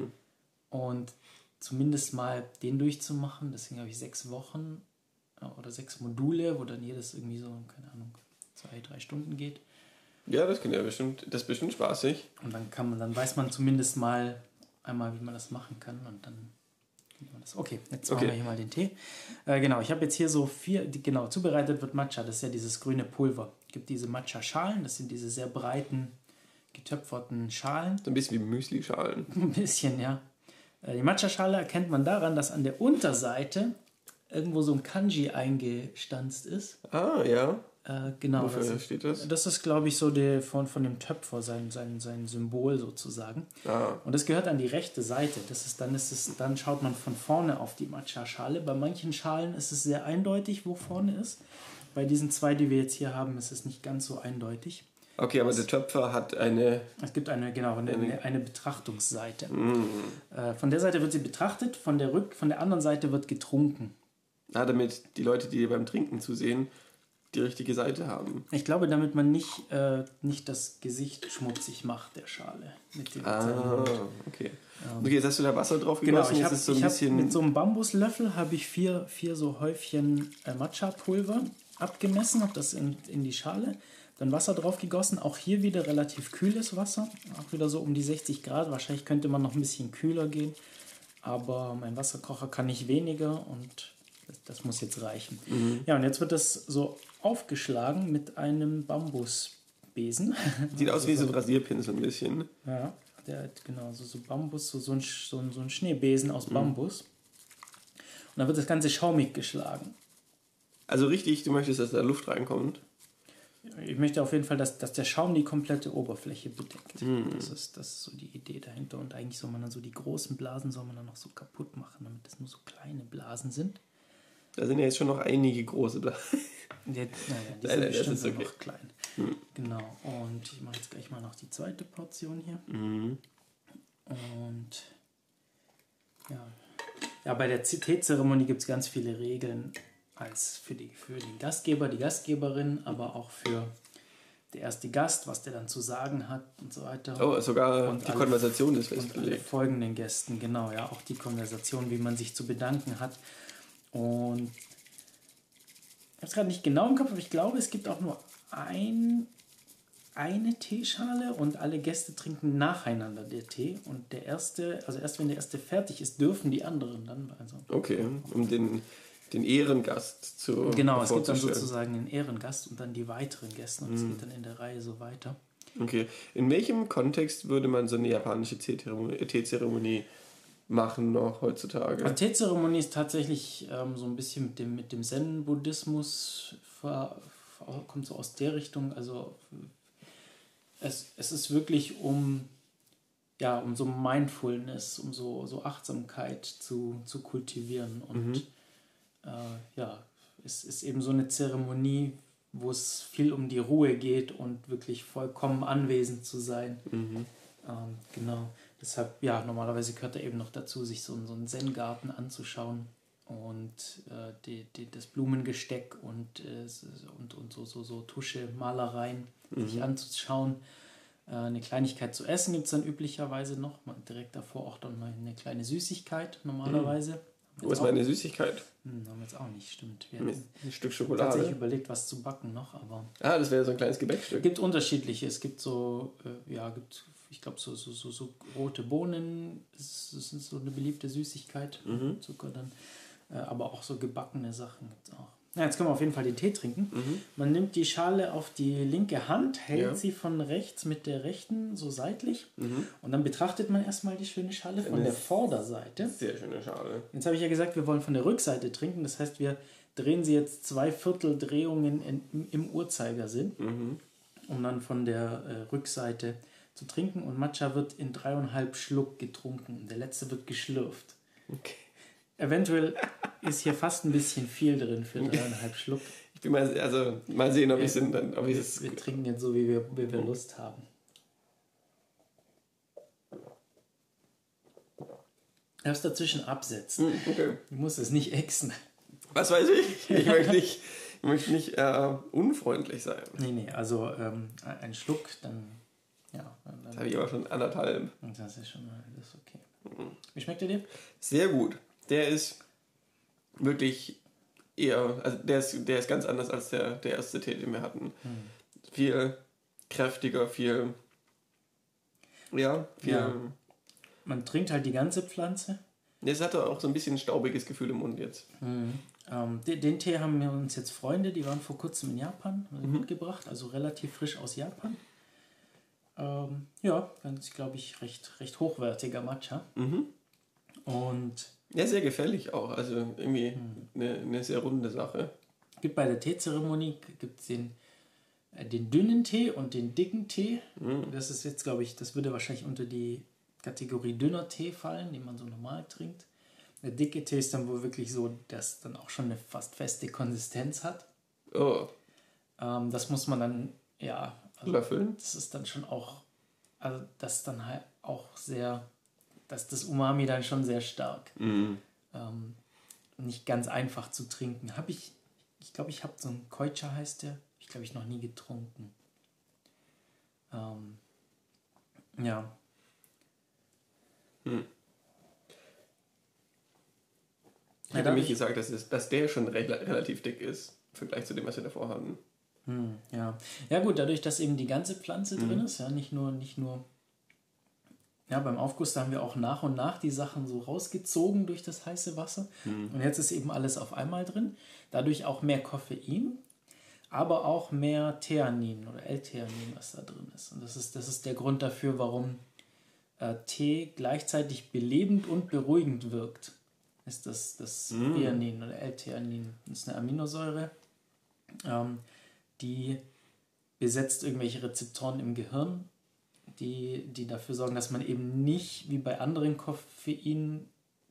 Und zumindest mal den durchzumachen. Deswegen habe ich 6 Wochen oder 6 Module, wo dann jedes irgendwie so, keine Ahnung, 2-3 Stunden geht. Ja, das ist bestimmt spaßig. Und dann weiß man zumindest mal einmal, wie man das machen kann und dann kriegt man das. Okay, jetzt machen wir hier mal den Tee. Genau, ich habe jetzt hier so 4, genau, zubereitet wird Matcha, das ist ja dieses grüne Pulver. Es gibt diese Matcha-Schalen, das sind diese sehr breiten, getöpferten Schalen. So ein bisschen wie Müsli-Schalen. Ein bisschen, ja. Die Matcha-Schale erkennt man daran, dass an der Unterseite irgendwo so ein Kanji eingestanzt ist. Ah, ja. Genau. Wofür steht das? Das ist, glaube ich, so von dem Töpfer, sein Symbol sozusagen. Und das gehört an die rechte Seite. Dann schaut man von vorne auf die Matcha-Schale. Bei manchen Schalen ist es sehr eindeutig, wo vorne ist. Bei diesen 2, die wir jetzt hier haben, ist es nicht ganz so eindeutig. Okay, aber der Töpfer hat eine... Es gibt eine Betrachtungsseite. Von der Seite wird sie betrachtet, von der anderen Seite wird getrunken. Damit die Leute, die beim Trinken zusehen, die richtige Seite haben. Ich glaube, damit man nicht das Gesicht schmutzig macht, der Schale. Mit dem Okay. Okay, jetzt hast du da Wasser drauf gegossen. Genau, mit so einem Bambuslöffel habe ich 4 so Häufchen Matcha-Pulver abgemessen, habe das in die Schale, dann Wasser drauf gegossen. Auch hier wieder relativ kühles Wasser, auch wieder so um die 60 Grad. Wahrscheinlich könnte man noch ein bisschen kühler gehen, aber mein Wasserkocher kann nicht weniger und das muss jetzt reichen. Ja, und jetzt wird das so aufgeschlagen mit einem Bambusbesen. Sieht aus wie so ein Rasierpinsel ein bisschen. Ja, der hat genau so Bambus, so ein Schneebesen aus Bambus. Und dann wird das Ganze schaumig geschlagen. Also richtig, du möchtest, dass da Luft reinkommt? Ich möchte auf jeden Fall, dass der Schaum die komplette Oberfläche bedeckt. Das ist so die Idee dahinter. Und eigentlich soll man dann so die großen Blasen soll man dann noch so kaputt machen, damit das nur so kleine Blasen sind. Da sind ja jetzt schon noch einige große Blasen. Die sind bestimmt noch klein. Genau. Und ich mache jetzt gleich mal noch die zweite Portion hier. Und ja, bei der Teezeremonie gibt es ganz viele Regeln. als für den Gastgeber, die Gastgeberin, aber auch für der erste Gast, was der dann zu sagen hat und so weiter. Oh, sogar und die Konversation ist und alle festgelegt. folgenden Gästen, genau, ja, auch die Konversation, wie man sich zu bedanken hat. Und ich habe es gerade nicht genau im Kopf, aber ich glaube, es gibt auch nur eine Teeschale und alle Gäste trinken nacheinander der Tee. Und der erste, also erst wenn der erste fertig ist, dürfen die anderen dann. Also Okay, um den Ehrengast zu genau, es gibt dann vorzustellen. sozusagen den Ehrengast und dann die weiteren Gäste und es geht dann in der Reihe so weiter. Okay. In welchem Kontext würde man so eine japanische Teezeremonie machen noch heutzutage? Also Teezeremonie ist tatsächlich so ein bisschen mit dem Zen-Buddhismus, kommt so aus der Richtung. Also es ist wirklich um so Mindfulness, um so Achtsamkeit zu kultivieren. Und es ist eben so eine Zeremonie, wo es viel um die Ruhe geht und wirklich vollkommen anwesend zu sein. Genau. Deshalb, normalerweise gehört da eben noch dazu, sich so einen Zen-Garten anzuschauen und das Blumengesteck und so Tusche, Malereien sich anzuschauen. Eine Kleinigkeit zu essen gibt es dann üblicherweise noch. Direkt davor auch dann mal eine kleine Süßigkeit normalerweise. Wo ist meine Süßigkeit? Haben wir jetzt auch nicht, stimmt. Wir hatten Ein Stück Schokolade. tatsächlich überlegt, was zu backen noch, aber... Das wäre so ein kleines Gebäckstück. Es gibt unterschiedliche. Es gibt so, ich glaube, so rote Bohnen. Das ist so eine beliebte Süßigkeit. Zucker dann. Aber auch so gebackene Sachen gibt es auch. Ja, jetzt können wir auf jeden Fall den Tee trinken. Man nimmt die Schale auf die linke Hand, hält sie von rechts mit der rechten so seitlich und dann betrachtet man erstmal die schöne Schale von der Vorderseite. Sehr schöne Schale. Jetzt habe ich ja gesagt, wir wollen von der Rückseite trinken. Das heißt, wir drehen sie jetzt 2/4 Drehungen im Uhrzeigersinn, um dann von der Rückseite zu trinken. Und Matcha wird in 3,5 Schluck getrunken. Der letzte wird geschlürft. Okay. Eventuell ist hier fast ein bisschen viel drin für 3,5 Schluck. Ich bin mal sehen, ob ich es... Wir trinken jetzt so, wie wir Lust haben. Du darfst dazwischen absetzen. Okay. Du musst es nicht exen. Was weiß ich? Ich möchte nicht unfreundlich sein. Nee, also ein Schluck, dann... Ja, Das habe ich aber schon 1,5. Und das ist schon mal das ist okay. Wie schmeckt der dir? Sehr gut. Der ist wirklich eher, also der ist ganz anders als der erste Tee, den wir hatten. Viel kräftiger, viel. Man trinkt halt die ganze Pflanze. Es hatte auch so ein bisschen ein staubiges Gefühl im Mund jetzt. Den Tee haben wir uns jetzt Freunde, die waren vor kurzem in Japan mitgebracht, also relativ frisch aus Japan. Ganz, glaube ich, recht hochwertiger Matcha. Und ja, sehr gefällig auch. Also irgendwie eine sehr runde Sache. Gibt bei der Teezeremonie gibt's den dünnen Tee und den dicken Tee. Das ist jetzt, glaube ich, das würde wahrscheinlich unter die Kategorie dünner Tee fallen, den man so normal trinkt. Der dicke Tee ist dann wohl wirklich so, dass dann auch schon eine fast feste Konsistenz hat. Oh. Das muss man dann, löffeln. Das ist dann schon auch, also das ist dann halt auch sehr, dass das Umami dann schon sehr stark. Nicht ganz einfach zu trinken. Ich glaube, ich habe so einen Koicha heißt der. Ich glaube, ich noch nie getrunken. Ich hätte mich gesagt, dass der schon relativ dick ist, im Vergleich zu dem, was wir davor hatten. Ja gut, dadurch, dass eben die ganze Pflanze drin ist, nicht nur beim Aufguss, da haben wir auch nach und nach die Sachen so rausgezogen durch das heiße Wasser. Und jetzt ist eben alles auf einmal drin. Dadurch auch mehr Koffein, aber auch mehr Theanin oder L-Theanin, was da drin ist. Und das ist der Grund dafür, warum Tee gleichzeitig belebend und beruhigend wirkt. Ist das Theanin oder L-Theanin. Das ist eine Aminosäure, die besetzt irgendwelche Rezeptoren im Gehirn, die dafür sorgen, dass man eben nicht wie bei anderen Koffeinquellen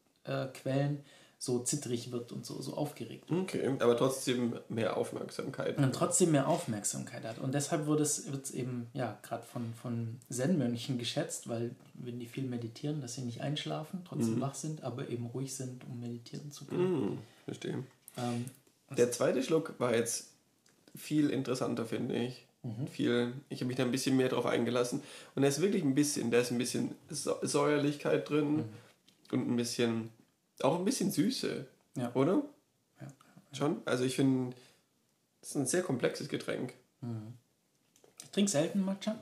so zittrig wird und so aufgeregt wird. Okay, aber trotzdem mehr Aufmerksamkeit. Und trotzdem mehr Aufmerksamkeit hat. Und deshalb wird es eben gerade von Zen-Mönchen geschätzt, weil wenn die viel meditieren, dass sie nicht einschlafen, trotzdem wach sind, aber eben ruhig sind, um meditieren zu können. Verstehe. Der zweite Schluck war jetzt viel interessanter, finde ich. Ich habe mich da ein bisschen mehr drauf eingelassen. Und da ist wirklich da ist ein bisschen Säuerlichkeit drin und auch ein bisschen Süße, Ja. oder? Ja. Schon? Also ich finde, das ist ein sehr komplexes Getränk. Ich trinke selten Matcha.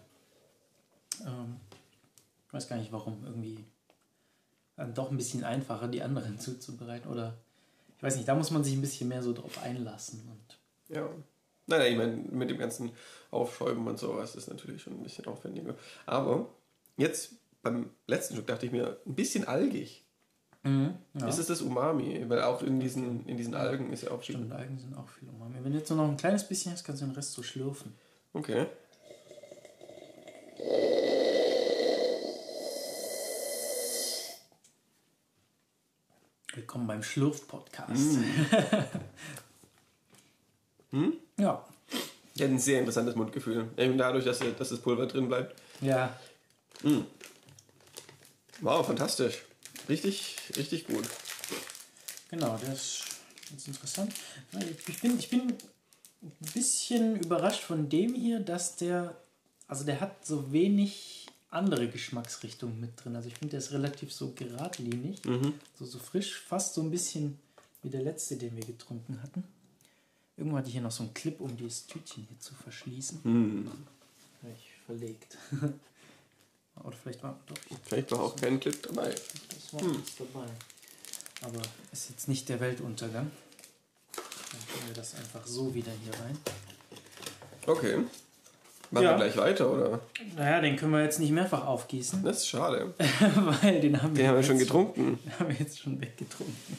Ich weiß gar nicht warum. Irgendwie doch ein bisschen einfacher, die anderen zuzubereiten. Oder ich weiß nicht, da muss man sich ein bisschen mehr so drauf einlassen. Und Ja. Nein, ich meine, mit dem ganzen Aufschäumen und sowas ist natürlich schon ein bisschen aufwendiger. Aber jetzt beim letzten Stück dachte ich mir, ein bisschen algig. ja. Ist es das Umami? Weil auch in diesen Algen ist ja auch viel. Stimmt, Algen sind auch viel Umami. Wenn du jetzt nur noch ein kleines bisschen hast, kannst du den Rest so schlürfen. Okay. Willkommen beim Schlürf-Podcast. Ja. Ja, ein sehr interessantes Mundgefühl. Eben dadurch, dass das Pulver drin bleibt. Ja. Wow, fantastisch. Richtig, richtig gut. Genau, das ist interessant. Ich bin ein bisschen überrascht von dem hier, dass der hat so wenig andere Geschmacksrichtungen mit drin. Also ich finde, der ist relativ so geradlinig, so frisch, fast so ein bisschen wie der letzte, den wir getrunken hatten. Irgendwo hatte ich hier noch so einen Clip, um dieses Tütchen hier zu verschließen. Habe ich verlegt. Oder vielleicht war auch kein Clip dabei. Das war nichts dabei. Aber ist jetzt nicht der Weltuntergang. Dann tun wir das einfach so wieder hier rein. Okay. Machen wir gleich weiter, oder? Naja, den können wir jetzt nicht mehrfach aufgießen. Das ist schade. Weil den haben wir schon getrunken. Den haben wir jetzt schon weggetrunken.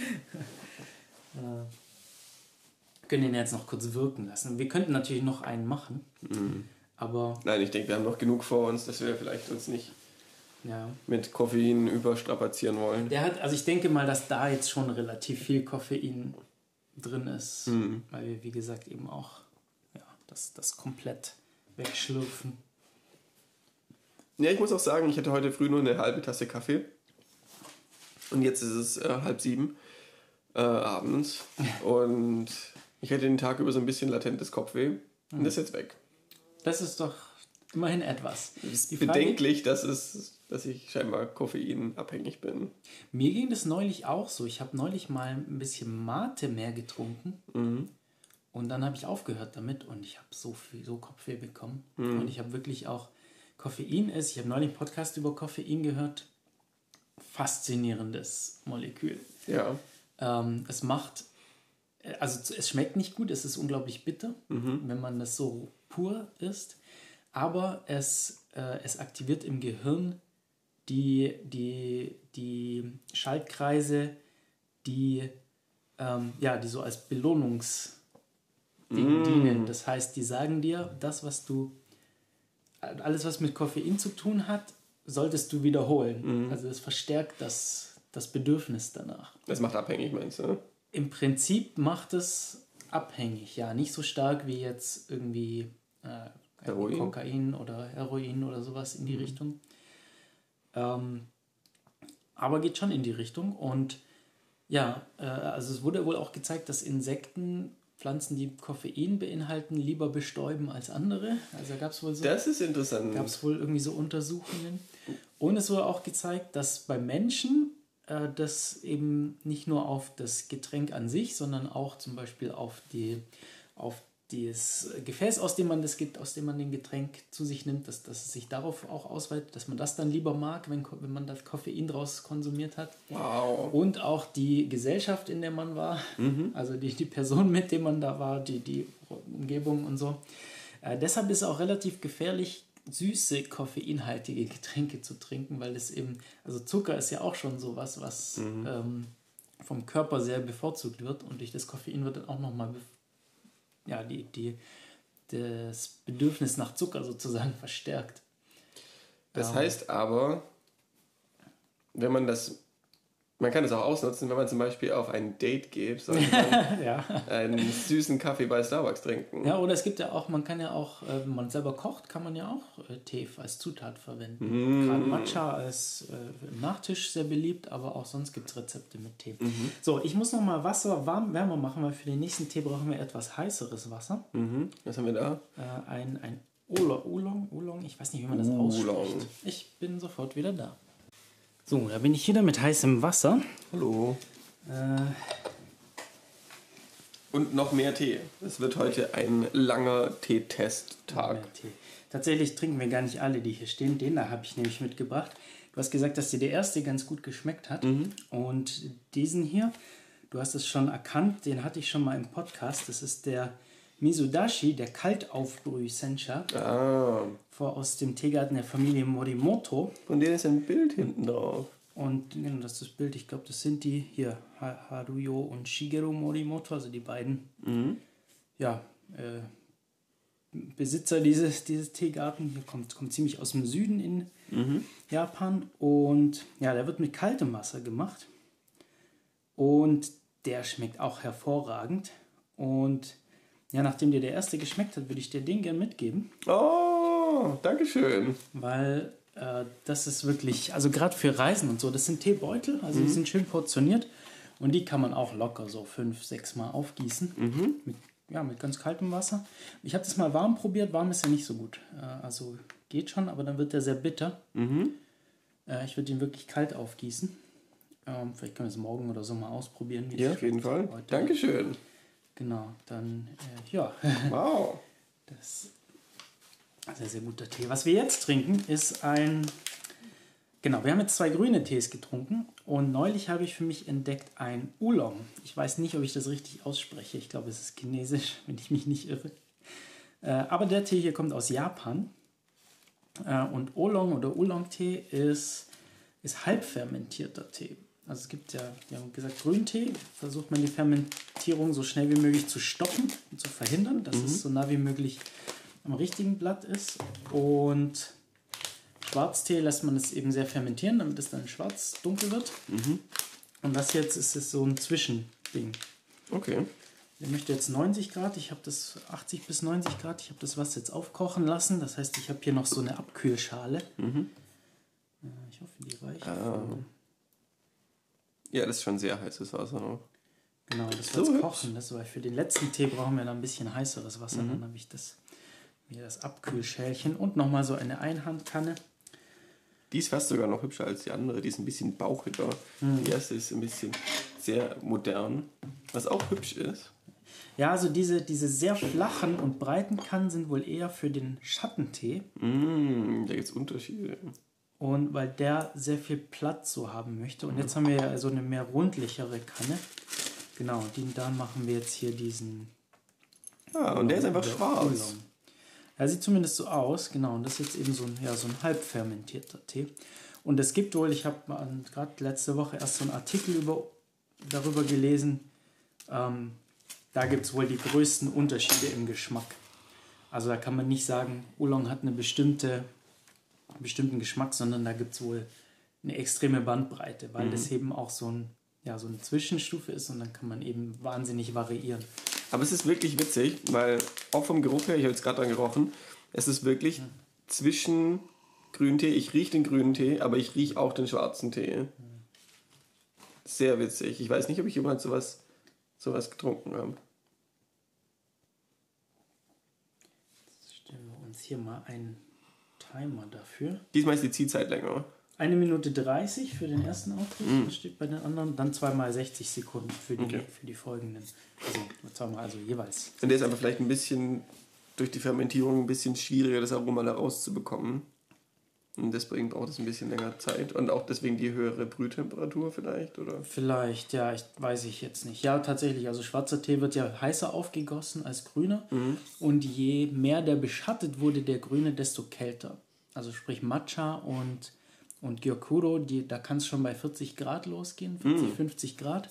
Wir können den jetzt noch kurz wirken lassen. Wir könnten natürlich noch einen machen. Aber Nein, ich denke, wir haben noch genug vor uns, dass wir vielleicht uns nicht mit Koffein überstrapazieren wollen. also ich denke mal, dass da jetzt schon relativ viel Koffein drin ist. Weil wir, wie gesagt, eben auch das komplett wegschlürfen. Ja, ich muss auch sagen, ich hatte heute früh nur eine halbe Tasse Kaffee. Und jetzt ist es 6:30 abends. Und ich hatte den Tag über so ein bisschen latentes Kopfweh. Und das ist jetzt weg. Das ist doch immerhin etwas. Es ist bedenklich, dass ich scheinbar koffeinabhängig bin. Mir ging das neulich auch so. Ich habe neulich mal ein bisschen Mate mehr getrunken. Und dann habe ich aufgehört damit und ich habe so Kopfweh bekommen. Und ich habe wirklich auch ich habe neulich einen Podcast über Koffein gehört. Faszinierendes Molekül. Ja. Es schmeckt nicht gut, es ist unglaublich bitter, wenn man das so pur isst. Aber es aktiviert im Gehirn die Schaltkreise, die so als Belohnungsding dienen. Das heißt, die sagen dir, alles was mit Koffein zu tun hat, solltest du wiederholen. Also es verstärkt das Bedürfnis danach. Das macht abhängig, meinst du? Im Prinzip macht es abhängig, ja. Nicht so stark wie jetzt irgendwie Kokain oder Heroin oder sowas in die Richtung. Aber geht schon in die Richtung. Und also es wurde wohl auch gezeigt, dass Insekten Pflanzen, die Koffein beinhalten, lieber bestäuben als andere. Also gab es wohl das ist interessant. Gab es wohl irgendwie so Untersuchungen. Und es wurde auch gezeigt, dass bei Menschen das eben nicht nur auf das Getränk an sich, sondern auch zum Beispiel auf das Gefäß, aus dem man den Getränk zu sich nimmt, dass es sich darauf auch ausweitet, dass man das dann lieber mag, wenn man das Koffein draus konsumiert hat. Wow. Und auch die Gesellschaft, in der man war, also die Person, mit der man da war, die Umgebung und so. Deshalb ist es auch relativ gefährlich, süße, koffeinhaltige Getränke zu trinken, weil es eben, also Zucker ist ja auch schon sowas, was vom Körper sehr bevorzugt wird und durch das Koffein wird dann auch nochmal das Bedürfnis nach Zucker sozusagen verstärkt. Das heißt aber, wenn man Man kann es auch ausnutzen, wenn man zum Beispiel auf ein Date geht, sollte man Ja. einen süßen Kaffee bei Starbucks trinken. Ja, oder es gibt ja auch, man kann ja auch, wenn man selber kocht, kann man ja auch Tee als Zutat verwenden. Gerade Matcha als im Nachtisch sehr beliebt, aber auch sonst gibt es Rezepte mit Tee. So, ich muss nochmal Wasser wärmer machen, weil für den nächsten Tee brauchen wir etwas heißeres Wasser. Was haben wir da? Ein Oolong, ich weiß nicht, wie man das ausspricht. Ich bin sofort wieder da. So, da bin ich wieder mit heißem Wasser. Hallo. Und noch mehr Tee. Es wird heute ein langer Teetest-Tag. Tee. Tatsächlich trinken wir gar nicht alle, die hier stehen. Den da habe ich nämlich mitgebracht. Du hast gesagt, dass dir der erste ganz gut geschmeckt hat. Und diesen hier, du hast es schon erkannt, den hatte ich schon mal im Podcast. Das ist der Mizudashi, der Kaltaufbrüh-Sencha. Aus dem Teegarten der Familie Morimoto. Von denen ist ein Bild hinten drauf. Und das ist das Bild, ich glaube, das sind die hier, Haruyo und Shigeru Morimoto, also die beiden Besitzer dieses Teegarten. Hier kommt ziemlich aus dem Süden in Japan. Und ja, der wird mit kaltem Wasser gemacht. Und der schmeckt auch hervorragend. Und ja, nachdem dir der erste geschmeckt hat, würde ich dir den gerne mitgeben. Oh, danke schön. Weil das ist wirklich, also gerade für Reisen und so, das sind Teebeutel, also die sind schön portioniert und die kann man auch locker so 5-6 Mal aufgießen mit ganz kaltem Wasser. Ich habe das mal warm probiert, warm ist ja nicht so gut, also geht schon, aber dann wird der sehr bitter. Ich würde ihn wirklich kalt aufgießen. Vielleicht können wir es morgen oder so mal ausprobieren. Ja, auf jeden Fall. Dankeschön. Genau, dann Wow. Das sehr, sehr guter Tee. Was wir jetzt trinken, ist wir haben jetzt 2 grüne Tees getrunken und neulich habe ich für mich entdeckt ein Oolong. Ich weiß nicht, ob ich das richtig ausspreche. Ich glaube, es ist chinesisch, wenn ich mich nicht irre. Aber der Tee hier kommt aus Japan. Und Oolong oder Oolong-Tee ist halbfermentierter Tee. Also es gibt ja, wir haben gesagt, Grüntee. Versucht man die Fermentierung so schnell wie möglich zu stoppen und zu verhindern, dass es so nah wie möglich am richtigen Blatt ist. Und Schwarztee lässt man es eben sehr fermentieren, damit es dann schwarz-dunkel wird. Und das jetzt ist es so ein Zwischending. Okay. Der möchte jetzt 90 Grad, ich habe das 80 bis 90 Grad, ich habe das Wasser jetzt aufkochen lassen. Das heißt, ich habe hier noch so eine Abkühlschale. Ich hoffe, die reicht. Ja, das ist schon sehr heißes Wasser noch. Genau, das wird kochen. Weil für den letzten Tee brauchen wir dann ein bisschen heißeres Wasser. Dann habe ich mir das Abkühlschälchen und nochmal so eine Einhandkanne. Die ist fast sogar noch hübscher als die andere. Die ist ein bisschen bauchiger. Die erste ist ein bisschen sehr modern. Was auch hübsch ist. Ja, also diese sehr flachen und breiten Kannen sind wohl eher für den Schattentee. Da gibt es Unterschiede. Und weil der sehr viel Platz so haben möchte. Und jetzt haben wir ja so eine mehr rundlichere Kanne. Genau, da machen wir jetzt hier diesen... und der ist einfach schwarz. Oolong. Er sieht zumindest so aus, genau. Und das ist jetzt eben so ein halb fermentierter Tee. Und es gibt wohl, ich habe gerade letzte Woche erst so einen Artikel darüber gelesen, da gibt es wohl die größten Unterschiede im Geschmack. Also da kann man nicht sagen, Oolong hat einen bestimmten Geschmack, sondern da gibt es wohl eine extreme Bandbreite, weil das eben auch so eine Zwischenstufe ist und dann kann man eben wahnsinnig variieren. Aber es ist wirklich witzig, weil auch vom Geruch her, ich habe jetzt gerade dran gerochen, es ist wirklich zwischen Grüntee, ich rieche den grünen Tee, aber ich rieche auch den schwarzen Tee. Sehr witzig. Ich weiß nicht, ob ich jemals sowas getrunken habe. Jetzt stellen wir uns hier mal einen Timer dafür. Diesmal ist die Zielzeit länger. 1 Minute 30 für den ersten Auftritt, das steht bei den anderen, dann 2 mal 60 Sekunden für die folgenden. Also jeweils. Und der ist einfach vielleicht ein bisschen durch die Fermentierung ein bisschen schwieriger, das Aroma da rauszubekommen. Und deswegen braucht es ein bisschen länger Zeit. Und auch deswegen die höhere Brühtemperatur vielleicht, oder? Vielleicht, ja, weiß ich jetzt nicht. Ja, tatsächlich, also schwarzer Tee wird ja heißer aufgegossen als grüner. Und je mehr der beschattet wurde, der grüne, desto kälter. Also sprich Matcha und Gyokuro, da kann es schon bei 40 Grad losgehen, 50 Grad.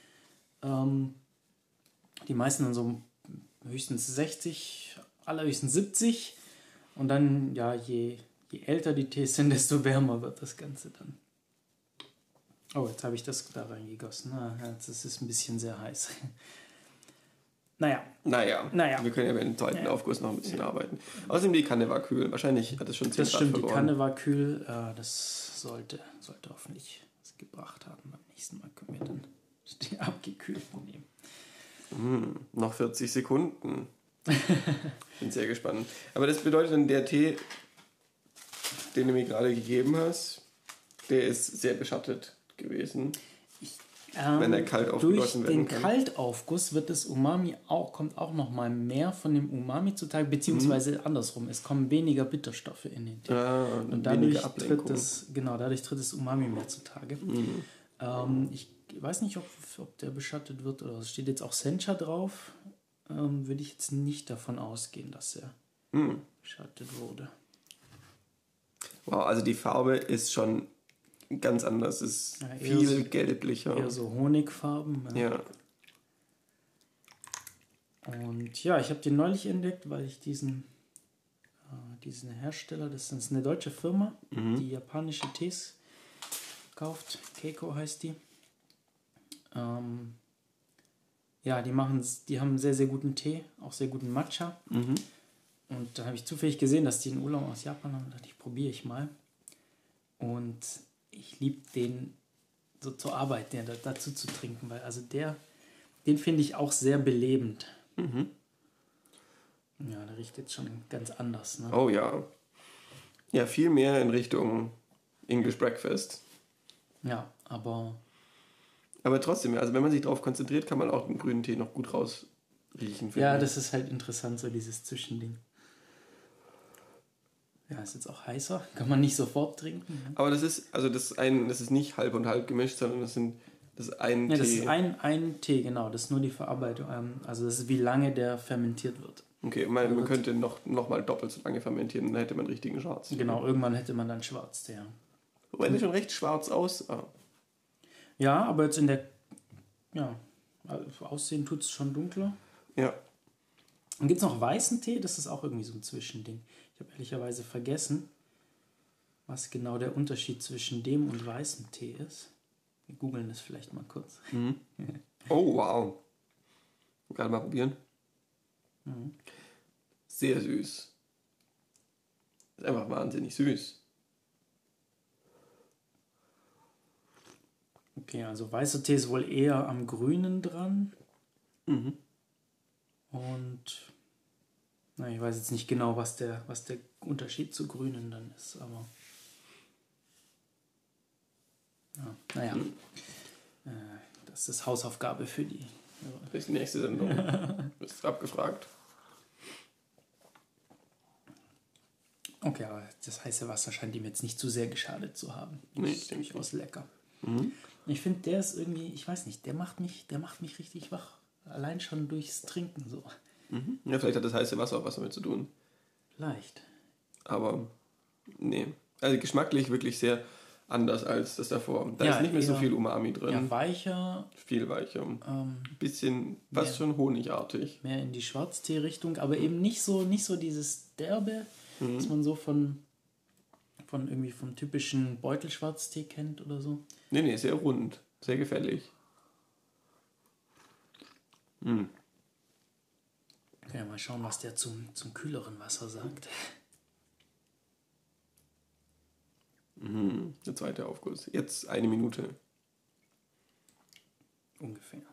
Die meisten dann so höchstens 60, allerhöchstens 70. Und dann, ja, je älter die Tees sind, desto wärmer wird das Ganze dann. Oh, jetzt habe ich das da reingegossen. Das ist ein bisschen sehr heiß. Naja, wir können ja mit dem zweiten Aufguss noch ein bisschen arbeiten. Außerdem die Kanne war kühl. Wahrscheinlich hat es schon 10 das Grad stimmt, verloren. die Kanne war kühl. Das sollte hoffentlich was gebracht haben. Beim nächsten Mal können wir dann die abgekühlten nehmen. Noch 40 Sekunden. Bin sehr gespannt. Aber das bedeutet dann, der Tee, den du mir gerade gegeben hast, der ist sehr beschattet gewesen. Wenn er kalt aufgegossen werden kann. Durch den Kaltaufguss wird das Umami kommt auch noch mal mehr von dem Umami zutage, beziehungsweise andersrum. Es kommen weniger Bitterstoffe in den Tee. Und dadurch tritt das Umami mehr zutage. Ich weiß nicht, ob der beschattet wird oder es steht jetzt auch Sencha drauf. Würde ich jetzt nicht davon ausgehen, dass er beschattet wurde. Wow, also die Farbe ist schon ganz anders. Es ist viel gelblicher. Eher so Honigfarben. Ja. Und ja, ich habe den neulich entdeckt, weil ich diesen Hersteller, das ist eine deutsche Firma, die japanische Tees kauft. Keiko heißt die. Ja, die haben sehr, sehr guten Tee, auch sehr guten Matcha. Und da habe ich zufällig gesehen, dass die einen Oolong aus Japan haben. Da dachte ich, probiere ich mal. Und ich liebe den so zur Arbeit, den dazu zu trinken, weil also den finde ich auch sehr belebend. Ja, der riecht jetzt schon ganz anders. Ne? Oh ja. Ja, viel mehr in Richtung English Breakfast. Ja, aber trotzdem, also wenn man sich darauf konzentriert, kann man auch den grünen Tee noch gut rausriechen. Ja, das ist halt interessant, so dieses Zwischending. Ja, ist jetzt auch heißer, kann man nicht sofort trinken. Ne? Aber das ist nicht halb und halb gemischt, sondern das ist ein Tee. Das ist ein Tee, genau, das ist nur die Verarbeitung. Also das ist, wie lange der fermentiert wird. Okay, man könnte noch mal doppelt so lange fermentieren, dann hätte man einen richtigen Schwarztee. Genau, irgendwann hätte man dann Schwarztee, ja. Wobei der schon recht schwarz aussah. Ja, aber jetzt Aussehen tut es schon dunkler. Ja. Dann gibt es noch weißen Tee, das ist auch irgendwie so ein Zwischending. Ich habe ehrlicherweise vergessen, was genau der Unterschied zwischen dem und weißem Tee ist. Wir googeln das vielleicht mal kurz. Oh, wow. Gerade mal probieren. Sehr süß. Ist einfach wahnsinnig süß. Okay, also weißer Tee ist wohl eher am Grünen dran. Und ich weiß jetzt nicht genau, was der Unterschied zu Grünen dann ist, aber das ist Hausaufgabe für die. Bis die nächste Sendung. Bist abgefragt. Okay, aber das heiße Wasser scheint ihm jetzt nicht zu sehr geschadet zu haben. Nee, ist durchaus lecker. Ich finde, der ist irgendwie, ich weiß nicht, der macht mich richtig wach. Allein schon durchs Trinken so. Ja, vielleicht hat das heiße Wasser auch was damit zu tun. Vielleicht. Aber nee. Also geschmacklich wirklich sehr anders als das davor. Da ist nicht mehr so viel Umami drin. Ja, weicher. Viel weicher. Bisschen, fast schon honigartig. Mehr in die Schwarztee-Richtung, aber eben nicht so dieses Derbe, was man so vom typischen Beutelschwarztee kennt oder so. Nee, sehr rund. Sehr gefällig. Ja, mal schauen, was der zum kühleren Wasser sagt. Der zweite Aufguss. Jetzt 1 Minute. Ungefähr.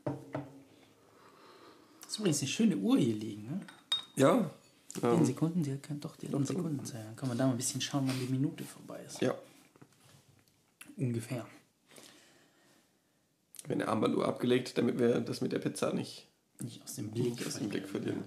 Das ist übrigens eine schöne Uhr hier liegen, ne? Ja. 10 Sekunden, die kann doch die Sekunden sein. Dann kann man da mal ein bisschen schauen, wann die Minute vorbei ist. Ja. Ungefähr. Eine Armbanduhr abgelegt, damit wir das mit der Pizza nicht aus dem Blick verlieren.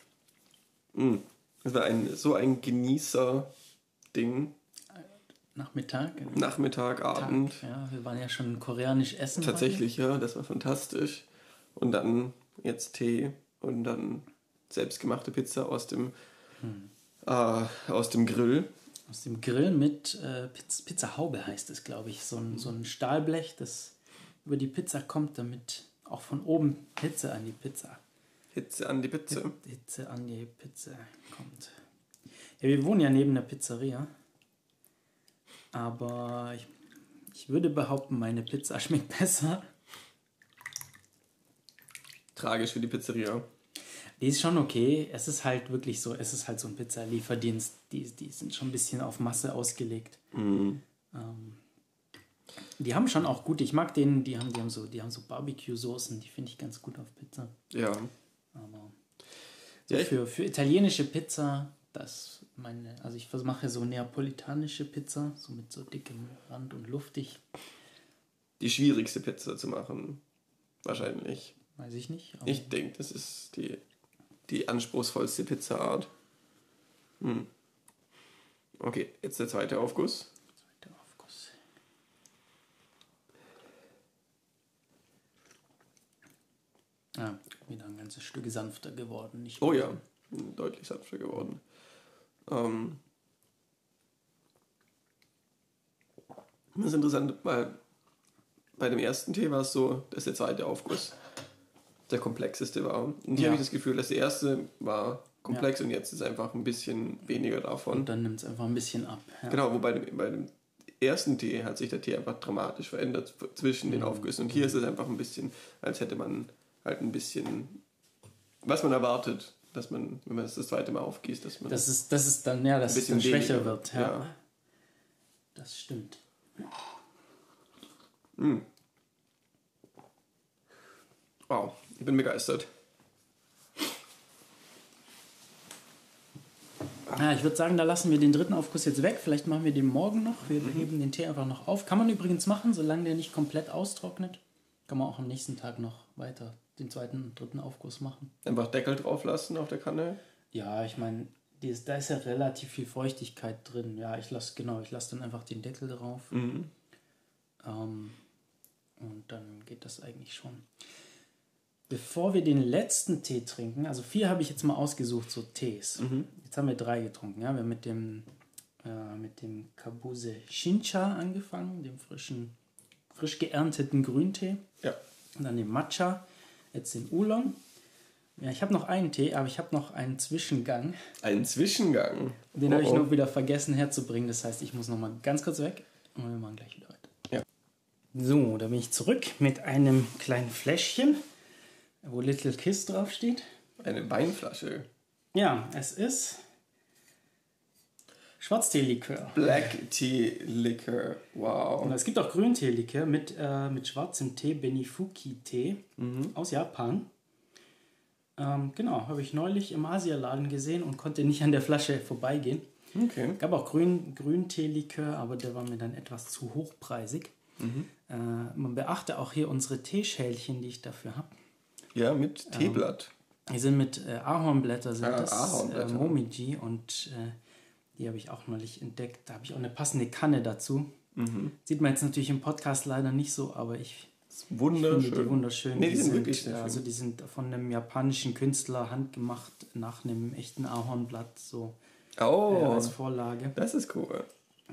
Das war so ein Genießer-Ding. Nachmittag, Abend. Ja, wir waren ja schon koreanisch essen. Tatsächlich, ja, das war fantastisch. Und dann jetzt Tee und dann selbstgemachte Pizza aus dem Grill. Aus dem Grill mit Pizzahaube heißt es, glaube ich. So ein Stahlblech, das über die Pizza kommt, damit auch von oben Hitze an die Pizza. Hitze an die Pizza kommt. Ja, wir wohnen ja neben der Pizzeria. Aber Ich würde behaupten, meine Pizza schmeckt besser. Tragisch für die Pizzeria. Die ist schon okay. Es ist halt wirklich so, es ist halt so ein Pizzalieferdienst. Die sind schon ein bisschen auf Masse ausgelegt. Die haben schon auch gute, ich mag denen, die haben so Barbecue-Soßen, die finde ich ganz gut auf Pizza. Ja. Aber so für italienische Pizza, also ich mache so neapolitanische Pizza, so mit so dickem Rand und luftig. Die schwierigste Pizza zu machen, wahrscheinlich. Weiß ich nicht. Ich denke, das ist die anspruchsvollste Pizzaart. Okay, jetzt der zweite Aufguss. Ja, wieder ein ganzes Stück sanfter geworden. Nicht Oh ja, deutlich sanfter geworden. Das ist interessant, weil bei dem ersten Tee war es so, dass der zweite Aufguss der komplexeste war. Und hier habe ich das Gefühl, dass der erste war komplex und jetzt ist einfach ein bisschen weniger davon. Und dann nimmt es einfach ein bisschen ab. Ja. Genau, wobei bei dem ersten Tee hat sich der Tee einfach dramatisch verändert zwischen den Aufgüssen. Und hier ist es einfach ein bisschen, als hätte man halt ein bisschen, was man erwartet, dass man, wenn man es das zweite Mal aufgießt, dass man das ist dann, ja, dass es dann schwächer wird. Ja. Das stimmt. Wow, ich bin begeistert. Ja, ich würde sagen, da lassen wir den dritten Aufguss jetzt weg. Vielleicht machen wir den morgen noch. Wir heben den Tee einfach noch auf. Kann man übrigens machen, solange der nicht komplett austrocknet. Kann man auch am nächsten Tag noch weiter den zweiten und dritten Aufguss machen. Einfach Deckel drauf lassen auf der Kanne? Ja, ich meine, da ist ja relativ viel Feuchtigkeit drin. Ja, ich lasse dann einfach den Deckel drauf. Und dann geht das eigentlich schon. Bevor wir den letzten Tee trinken, also 4 habe ich jetzt mal ausgesucht, so Tees. Jetzt haben wir 3 getrunken. Ja? Wir haben mit dem Kabuse Shincha angefangen, dem frisch geernteten Grüntee. Ja. Und dann den Matcha, jetzt den Oolong. Ja, ich habe noch einen Tee, aber ich habe noch einen Zwischengang. Einen Zwischengang? Den habe ich noch wieder vergessen herzubringen. Das heißt, ich muss noch mal ganz kurz weg und wir machen gleich wieder weiter. Ja. So, da bin ich zurück mit einem kleinen Fläschchen, wo Little Kiss draufsteht. Eine Weinflasche. Ja, es ist Schwarzteelikör. Black Tea Liquor, wow. Und es gibt auch Grünteelikör mit schwarzem Tee, Benifuki-Tee aus Japan. Genau, habe ich neulich im Asialaden gesehen und konnte nicht an der Flasche vorbeigehen. Okay. Gab auch Grünteelikör, aber der war mir dann etwas zu hochpreisig. Man beachte auch hier unsere Teeschälchen, die ich dafür habe. Ja, mit Teeblatt. Die sind mit Ahornblätter, Ahornblätter. Momiji, und die habe ich auch neulich entdeckt. Da habe ich auch eine passende Kanne dazu. Sieht man jetzt natürlich im Podcast leider nicht so, aber ich Wunderschön. finde die wunderschön. Nee, die sind wirklich sehr schön. Also die sind von einem japanischen Künstler handgemacht nach einem echten Ahornblatt so als Vorlage. Das ist cool.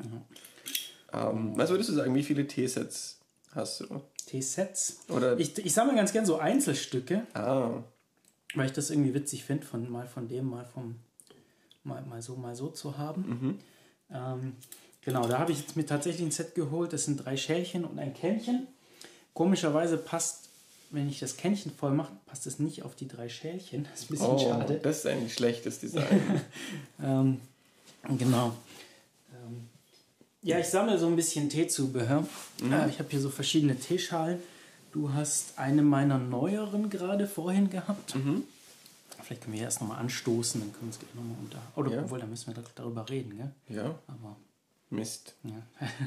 Was würdest du sagen, wie viele Teesets hast du? Teesets? Oder? Ich sammle ganz gern so Einzelstücke, Ah. weil ich das irgendwie witzig finde, mal von dem, mal so zu haben. Genau, da habe ich jetzt mir tatsächlich ein Set geholt. Das sind 3 Schälchen und ein Kännchen. Komischerweise passt, wenn ich das Kännchen voll mache, passt es nicht auf die 3 Schälchen. Das ist ein bisschen schade. Das ist ein schlechtes Design. Genau. Ja, ich sammle so ein bisschen Teezubehör. Ich habe hier so verschiedene Teeschalen. Du hast eine meiner neueren gerade vorhin gehabt. Vielleicht können wir erst nochmal anstoßen, dann können wir uns gleich nochmal Oder obwohl, da müssen wir darüber reden, gell? Ja. Aber Mist. ja.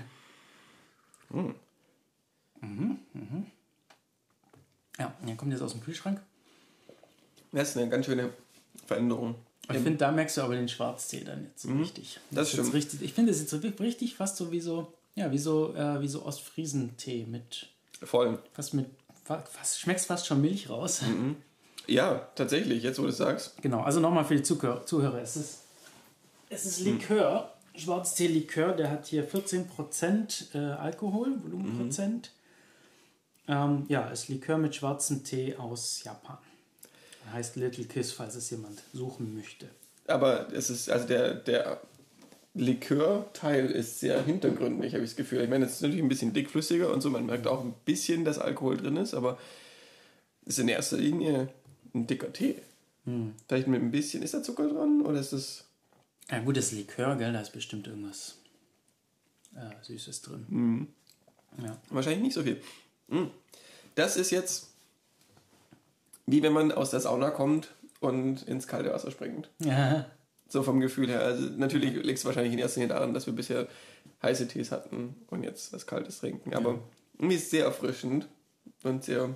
Ja, der kommt jetzt aus dem Kühlschrank. Das ist eine ganz schöne Veränderung. Ich finde, da merkst du aber den Schwarztee dann jetzt so richtig. Das stimmt. Richtig, ich finde, das ist jetzt so richtig fast so wie so Ostfriesentee mit. Voll. Schmeckst fast schon Milch raus. Ja, tatsächlich, jetzt wo du es sagst. Genau, also nochmal für die Zuhörer. Es ist Likör, Schwarztee-Likör, der hat hier 14% Alkohol, Volumenprozent. Ist Likör mit schwarzem Tee aus Japan. Heißt Little Kiss, falls es jemand suchen möchte. Aber es ist, also der Likörteil ist sehr hintergründig, habe ich das Gefühl. Ich meine, es ist natürlich ein bisschen dickflüssiger und so, man merkt auch ein bisschen, dass Alkohol drin ist, aber es ist in erster Linie ein dicker Tee. Vielleicht mit ein bisschen, ist da Zucker dran oder ist das... Ja gut, das Likör, gell, da ist bestimmt irgendwas Süßes drin. Ja. Wahrscheinlich nicht so viel. Das ist jetzt wie wenn man aus der Sauna kommt und ins kalte Wasser springt. Ja. So vom Gefühl her. Also natürlich liegt es wahrscheinlich in erster Linie daran, dass wir bisher heiße Tees hatten und jetzt was Kaltes trinken. Aber irgendwie ist es sehr erfrischend und sehr,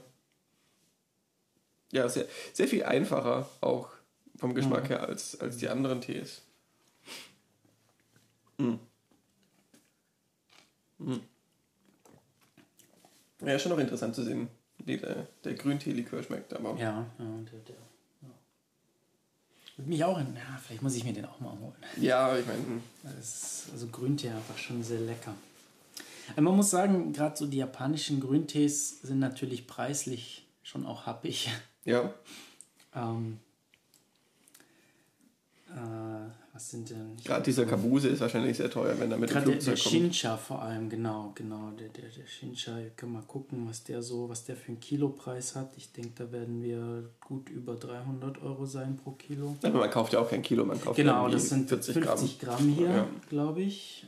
ja, sehr, sehr viel einfacher auch vom Geschmack her als die anderen Tees. Ja, schon noch interessant zu sehen, wie der Grüntee-Likör schmeckt. Aber Ja. Würde mich auch vielleicht muss ich mir den auch mal holen. ja, ich meine, Also Grüntee einfach schon sehr lecker. Aber man muss sagen, gerade so die japanischen Grüntees sind natürlich preislich schon auch happig. ja. Was sind denn... Gerade dieser Kabuse ist wahrscheinlich sehr teuer, wenn er mit dem Gerade der Flugzeug kommt. Shincha vor allem, genau. Der Shincha, wir können mal gucken, was der für einen Kilopreis hat. Ich denke, da werden wir gut über 300 € sein pro Kilo. Aber man kauft ja auch kein Kilo, man kauft Genau, irgendwie das sind 50 Gramm hier, Ja. glaube ich.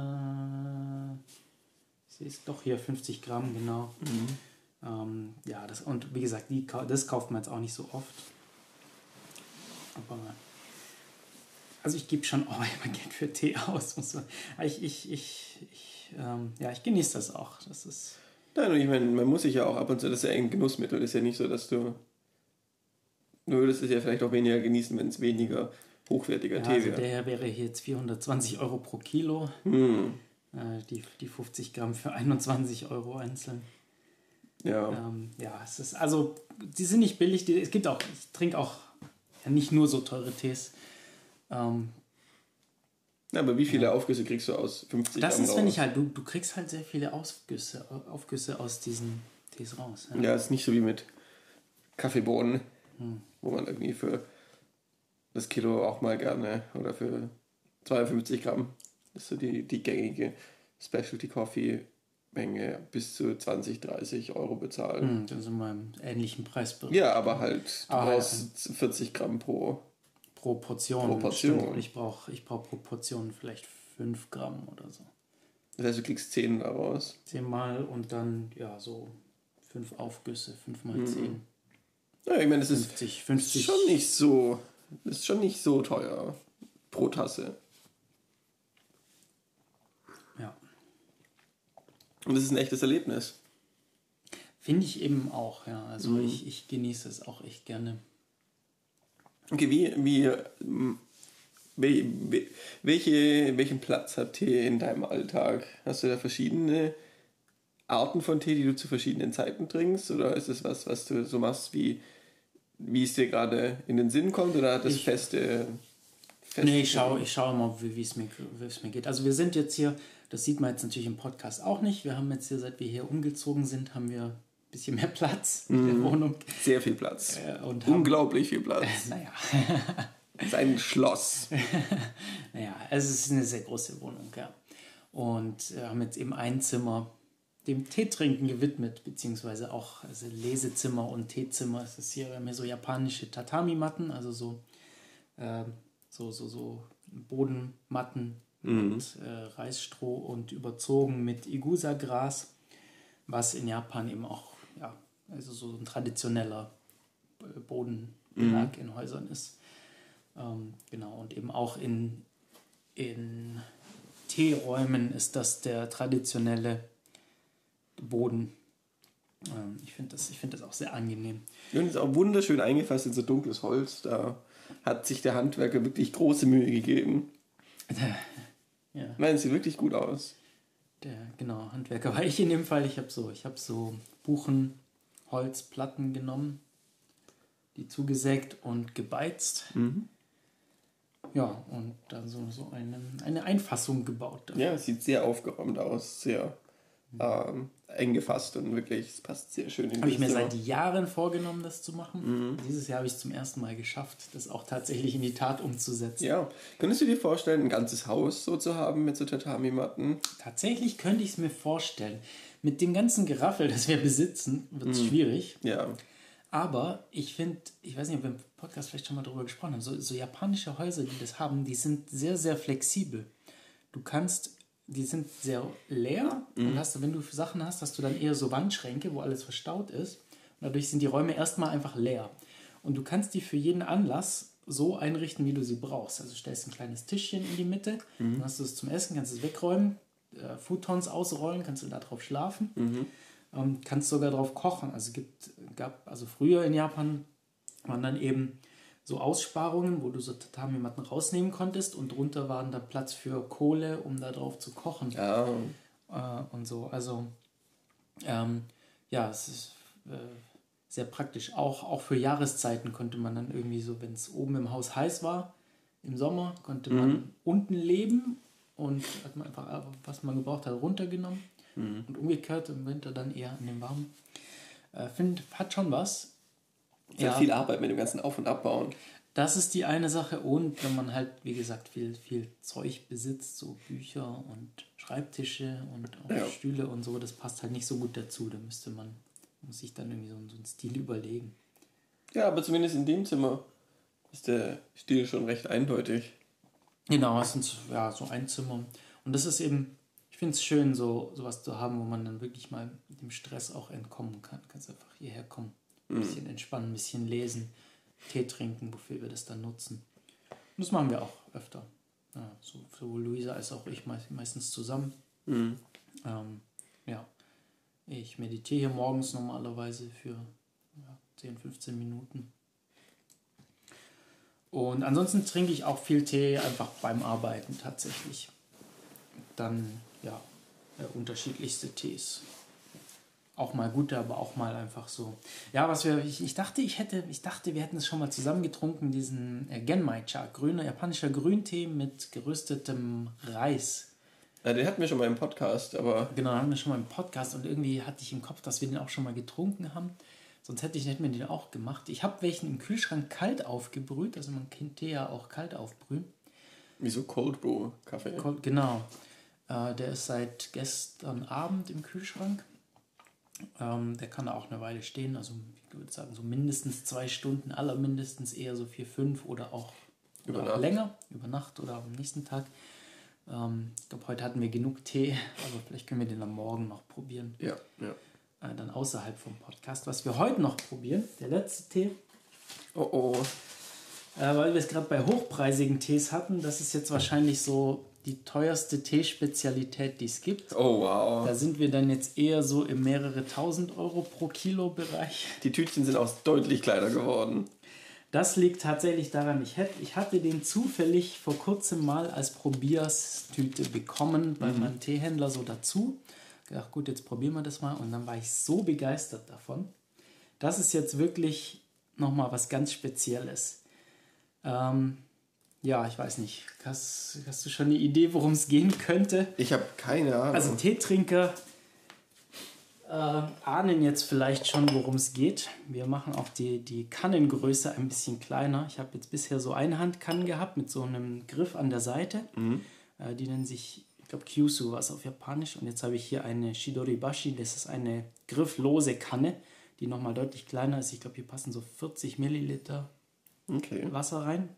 Ich sehe es doch hier, 50 Gramm, genau. Ja, und wie gesagt, das kauft man jetzt auch nicht so oft. Aber also ich gebe schon auch immer Geld für Tee aus. Ich genieße das auch. Das ist... Nein, und ich meine, man muss sich ja auch ab und zu, das ist ja ein Genussmittel, das ist ja nicht so, dass du würdest es ja vielleicht auch weniger genießen, wenn es weniger hochwertiger Tee Also wäre. der wäre hier jetzt 420 € pro Kilo. Die 50 Gramm für 21 € einzeln. Ja. Es ist, also, die sind nicht billig. Ich trinke auch nicht nur so teure Tees. Ja, aber wie viele Aufgüsse kriegst du aus 50 Das Gramm ist, raus? finde ich halt, du kriegst halt sehr viele Aufgüsse aus diesen Tees raus. Ja, ist nicht so wie mit Kaffeebohnen, wo man irgendwie für das Kilo auch mal gerne oder für 52 Gramm, das ist so die gängige Specialty Coffee Menge bis zu 20, 30 € bezahlen. Da sind wir im ähnlichen Preisbereich. Ja, aber halt, du brauchst 40 Gramm pro Portion. Portion. Stimmt. Ich brauch pro Portion vielleicht 5 Gramm oder so. Das heißt, du kriegst 10 daraus. 10 Mal und dann, ja, so 5 Aufgüsse, 5 mal 10. Ja, ich meine, das ist 50. schon nicht so teuer pro Tasse. Ja. Und das ist ein echtes Erlebnis. Finde ich eben auch, ja. Also ich genieße es auch echt gerne. Okay, welchen Platz hat Tee in deinem Alltag? Hast du da verschiedene Arten von Tee, die du zu verschiedenen Zeiten trinkst? Oder ist es was du so machst, wie es dir gerade in den Sinn kommt? Oder hat das feste Nee, ich schaue mal, wie es mir geht. Also wir sind jetzt hier, das sieht man jetzt natürlich im Podcast auch nicht. Wir haben jetzt hier, seit wir hier umgezogen sind, haben wir ein bisschen mehr Platz in der Wohnung. Sehr viel Platz. Und Unglaublich viel Platz. Naja. Es ist ein Schloss. Naja, es ist eine sehr große Wohnung, ja. Und haben jetzt eben ein Zimmer dem Teetrinken gewidmet, beziehungsweise auch also Lesezimmer und Teezimmer. Es ist hier, wir haben hier so japanische Tatami-Matten, also so Bodenmatten mit Reisstroh und überzogen mit Igusa-Gras, was in Japan eben auch also so ein traditioneller Bodenbelag in Häusern ist. Genau, und eben auch in Teeräumen ist das der traditionelle Boden. Ich finde das auch sehr angenehm. Und es ist auch wunderschön eingefasst in so dunkles Holz. Da hat sich der Handwerker wirklich große Mühe gegeben. Ja. Nein, es sieht wirklich gut aus. Genau, Handwerker war ich in dem Fall. Ich habe so Buchenholzplatten genommen, die zugesägt und gebeizt. Ja, und dann so eine Einfassung gebaut. Ja, es sieht sehr aufgeräumt aus. Sehr eng gefasst und wirklich, es passt sehr schön in Habe ich mir Zimmer. seit Jahren vorgenommen, das zu machen. Dieses Jahr habe ich es zum ersten Mal geschafft, das auch tatsächlich in die Tat umzusetzen. Ja, könntest du dir vorstellen, ein ganzes Haus so zu haben mit so Tatami-Matten? Tatsächlich könnte ich es mir vorstellen. Mit dem ganzen Geraffel, das wir besitzen, wird es schwierig. Ja. Aber ich finde, ich weiß nicht, ob wir im Podcast vielleicht schon mal darüber gesprochen haben, so japanische Häuser, die das haben, die sind sehr, sehr flexibel. Die sind sehr leer und wenn du Sachen hast du dann eher so Wandschränke, wo alles verstaut ist. Und dadurch sind die Räume erstmal einfach leer. Und du kannst die für jeden Anlass so einrichten, wie du sie brauchst. Also stellst ein kleines Tischchen in die Mitte, dann hast du es zum Essen, kannst es wegräumen, Futons ausrollen, kannst du da drauf schlafen, kannst sogar drauf kochen. Also gab früher in Japan waren dann eben so Aussparungen, wo du so Tatami-Matten rausnehmen konntest und drunter waren da Platz für Kohle, um da drauf zu kochen. Ja. Und so. Also es ist sehr praktisch. Auch für Jahreszeiten konnte man dann irgendwie so, wenn es oben im Haus heiß war, im Sommer konnte man unten leben und hat man einfach, was man gebraucht hat, runtergenommen. Und umgekehrt im Winter dann eher an den warmen. Hat schon was. Sehr viel Arbeit mit dem ganzen Auf- und Abbauen. Das ist die eine Sache. Und wenn man halt, wie gesagt, viel Zeug besitzt, so Bücher und Schreibtische und auch Stühle und so, das passt halt nicht so gut dazu. Da muss sich dann irgendwie so einen Stil überlegen. Ja, aber zumindest in dem Zimmer ist der Stil schon recht eindeutig. Genau, es sind so ein Zimmer. Und das ist eben, ich finde es schön, sowas zu haben, wo man dann wirklich mal dem Stress auch entkommen kann. Du kannst einfach hierher kommen, ein bisschen entspannen, ein bisschen lesen, Tee trinken, wofür wir das dann nutzen. Und das machen wir auch öfter. Ja, sowohl Luisa als auch ich meistens zusammen. Ich meditiere hier morgens normalerweise für 10, 15 Minuten. Und ansonsten trinke ich auch viel Tee einfach beim Arbeiten tatsächlich. Dann unterschiedlichste Tees. Auch mal gute, aber auch mal einfach so. Ja, ich dachte, wir hätten es schon mal zusammen getrunken, diesen Genmaicha, japanischer Grüntee mit geröstetem Reis. Ja, den hatten wir schon mal im Podcast, aber... Genau, den hatten wir schon mal im Podcast und irgendwie hatte ich im Kopf, dass wir den auch schon mal getrunken haben. Sonst hätten wir den auch gemacht. Ich habe welchen im Kühlschrank kalt aufgebrüht, also man kann Tee ja auch kalt aufbrühen. Wie so Cold Brew Kaffee. Genau. Der ist seit gestern Abend im Kühlschrank. Der kann da auch eine Weile stehen, also ich würde sagen so mindestens 2 Stunden, allermindestens eher so 4, 5 oder auch länger, über Nacht oder am nächsten Tag. Ich glaube, heute hatten wir genug Tee, aber vielleicht können wir den am Morgen noch probieren. Ja. Dann außerhalb vom Podcast. Was wir heute noch probieren, der letzte Tee. Weil wir es gerade bei hochpreisigen Tees hatten, das ist jetzt wahrscheinlich so die teuerste Teespezialität, die es gibt. Oh, wow. Da sind wir dann jetzt eher so im mehrere 1000 Euro pro Kilo Bereich. Die Tütchen sind auch deutlich kleiner geworden. Das liegt tatsächlich daran, ich hatte den zufällig vor kurzem mal als Probierstüte bekommen bei meinem Teehändler so dazu. Ich dachte, gut, jetzt probieren wir das mal. Und dann war ich so begeistert davon. Das ist jetzt wirklich nochmal was ganz Spezielles. Ich weiß nicht. Hast du schon eine Idee, worum es gehen könnte? Ich habe keine Ahnung. Also Teetrinker ahnen jetzt vielleicht schon, worum es geht. Wir machen auch die Kannengröße ein bisschen kleiner. Ich habe jetzt bisher so Einhandkannen gehabt mit so einem Griff an der Seite. Die nennen sich, ich glaube, Kyusu war es auf Japanisch. Und jetzt habe ich hier eine Shidoribashi. Das ist eine grifflose Kanne, die nochmal deutlich kleiner ist. Ich glaube, hier passen so 40 Milliliter Wasser rein.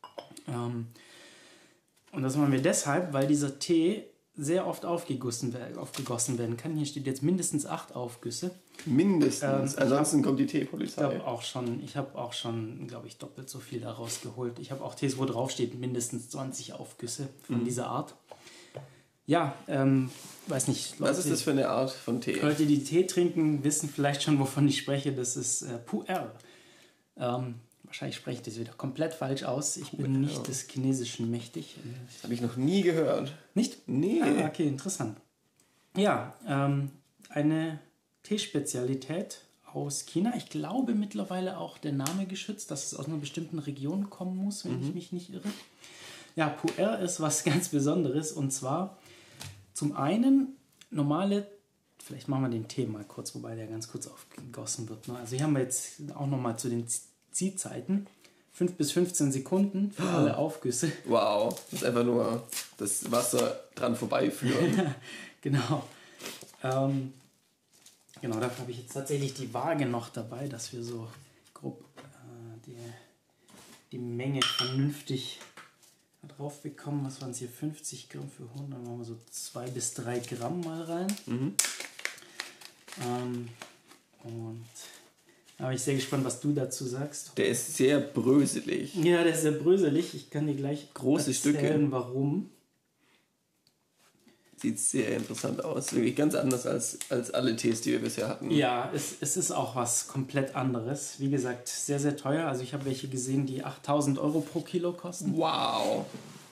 Und das machen wir deshalb, weil dieser Tee sehr oft aufgegossen werden kann. Hier steht jetzt mindestens 8 Aufgüsse. Mindestens. Ansonsten kommt die Teepolizei. Ich habe auch schon, glaube ich, doppelt so viel daraus geholt. Ich habe auch Tees, wo drauf steht, mindestens 20 Aufgüsse von dieser Art. Ja, weiß nicht. Was ist das für eine Art von Tee? Leute, die Tee trinken, wissen vielleicht schon, wovon ich spreche. Das ist Pu'er. Wahrscheinlich spreche ich das wieder komplett falsch aus. Ich bin nicht des Chinesischen mächtig. Das habe ich noch nie gehört. Nicht? Nee. Ah, okay, interessant. Ja, eine Teespezialität aus China. Ich glaube mittlerweile auch der Name geschützt, dass es aus einer bestimmten Region kommen muss, wenn ich mich nicht irre. Ja, Pu'er ist was ganz Besonderes und zwar zum einen normale vielleicht machen wir den Tee mal kurz, wobei der ganz kurz aufgegossen wird. Ne? Also hier haben wir jetzt auch nochmal zu den Ziehzeiten. 5 bis 15 Sekunden für alle Aufgüsse. Wow, das ist einfach nur das Wasser dran vorbeiführen. Genau. Genau, dafür habe ich jetzt tatsächlich die Waage noch dabei, dass wir so grob die Menge vernünftig drauf bekommen. Was waren es hier? 50 Gramm für 100. Dann machen wir so 2 bis 3 Gramm mal rein. Und da bin ich sehr gespannt, was du dazu sagst. Der ist sehr bröselig. Ja, der ist sehr bröselig. Ich kann dir gleich große erzählen, Stücke. Warum. Sieht sehr interessant aus. Wirklich ganz anders als alle Tees, die wir bisher hatten. Ja, es ist auch was komplett anderes. Wie gesagt, sehr, sehr teuer. Also ich habe welche gesehen, die 8.000 Euro pro Kilo kosten. Wow.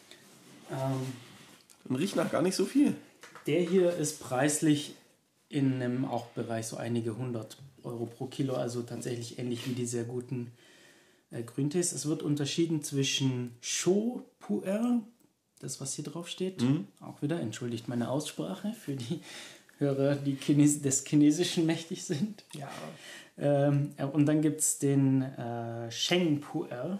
Und riecht nach gar nicht so viel. Der hier ist preislich in einem auch Bereich so einige 100 Euro pro Kilo. Also tatsächlich ähnlich wie die sehr guten Grüntees. Es wird unterschieden zwischen Chaud Pu'er, das was hier drauf steht. Auch wieder, entschuldigt meine Aussprache für die Hörer, die des Chinesischen mächtig sind. Ja. Und dann gibt es den Sheng Pu'er,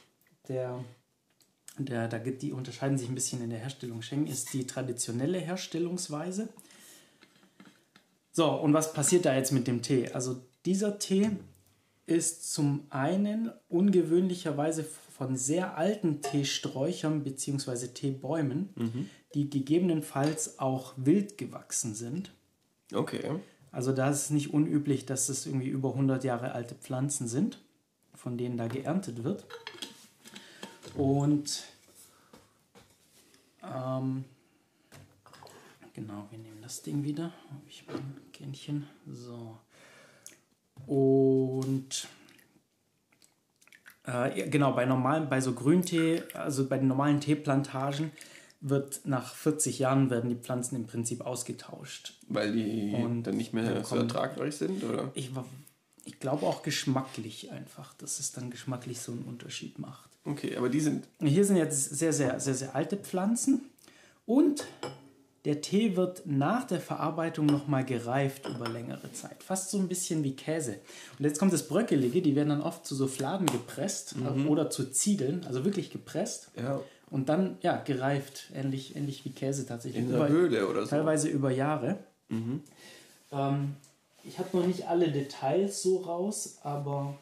die unterscheiden sich ein bisschen in der Herstellung. Sheng ist die traditionelle Herstellungsweise. So, und was passiert da jetzt mit dem Tee? Also dieser Tee ist zum einen ungewöhnlicherweise von sehr alten Teesträuchern bzw. Teebäumen, die gegebenenfalls auch wild gewachsen sind. Okay. Also da ist es nicht unüblich, dass es irgendwie über 100 Jahre alte Pflanzen sind, von denen da geerntet wird. Und genau, wir nehmen das Ding wieder. Habe ich mein Kännchen. So. Und genau, bei so Grüntee, also bei den normalen Teeplantagen, wird nach 40 Jahren werden die Pflanzen im Prinzip ausgetauscht. Weil die dann nicht mehr so ertragreich sind, oder? Ich glaube auch geschmacklich einfach, dass es dann geschmacklich so einen Unterschied macht. Okay, aber die sind... Hier sind jetzt sehr, sehr, sehr, sehr alte Pflanzen und der Tee wird nach der Verarbeitung nochmal gereift über längere Zeit. Fast so ein bisschen wie Käse. Und jetzt kommt das Bröckelige, die werden dann oft zu so Fladen gepresst oder zu Ziegeln, also wirklich gepresst. Ja. Und dann gereift, ähnlich wie Käse tatsächlich. In der Höhle oder so. Teilweise über Jahre. Ich habe noch nicht alle Details so raus, aber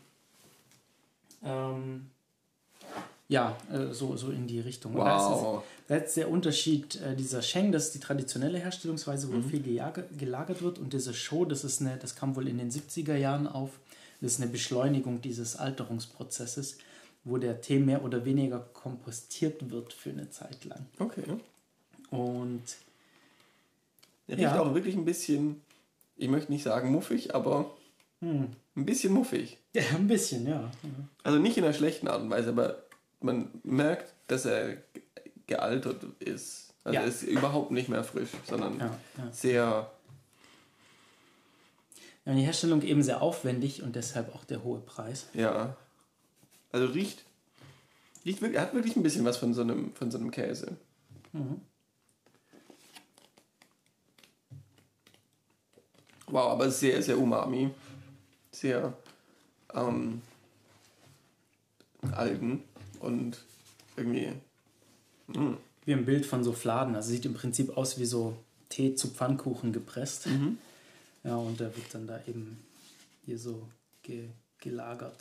so in die Richtung. Wow. Das ist der Unterschied dieser Sheng, das ist die traditionelle Herstellungsweise, wo viel gelagert wird. Und diese Chaud, das kam wohl in den 70er Jahren auf. Das ist eine Beschleunigung dieses Alterungsprozesses, wo der Tee mehr oder weniger kompostiert wird für eine Zeit lang. Okay. Und der riecht auch wirklich ein bisschen, ich möchte nicht sagen muffig, aber ein bisschen muffig. Ja, ein bisschen, ja. Also nicht in einer schlechten Art und Weise, aber man merkt, dass er gealtert ist. Also er ist überhaupt nicht mehr frisch, sondern sehr... Ja, die Herstellung eben sehr aufwendig und deshalb auch der hohe Preis. Ja. Also riecht wirklich, er hat wirklich ein bisschen was von so einem Käse. Wow, aber sehr, sehr umami. Sehr Algen und irgendwie... Wie ein Bild von so Fladen. Also sieht im Prinzip aus wie so Tee zu Pfannkuchen gepresst. Ja, und der wird dann da eben hier so gelagert.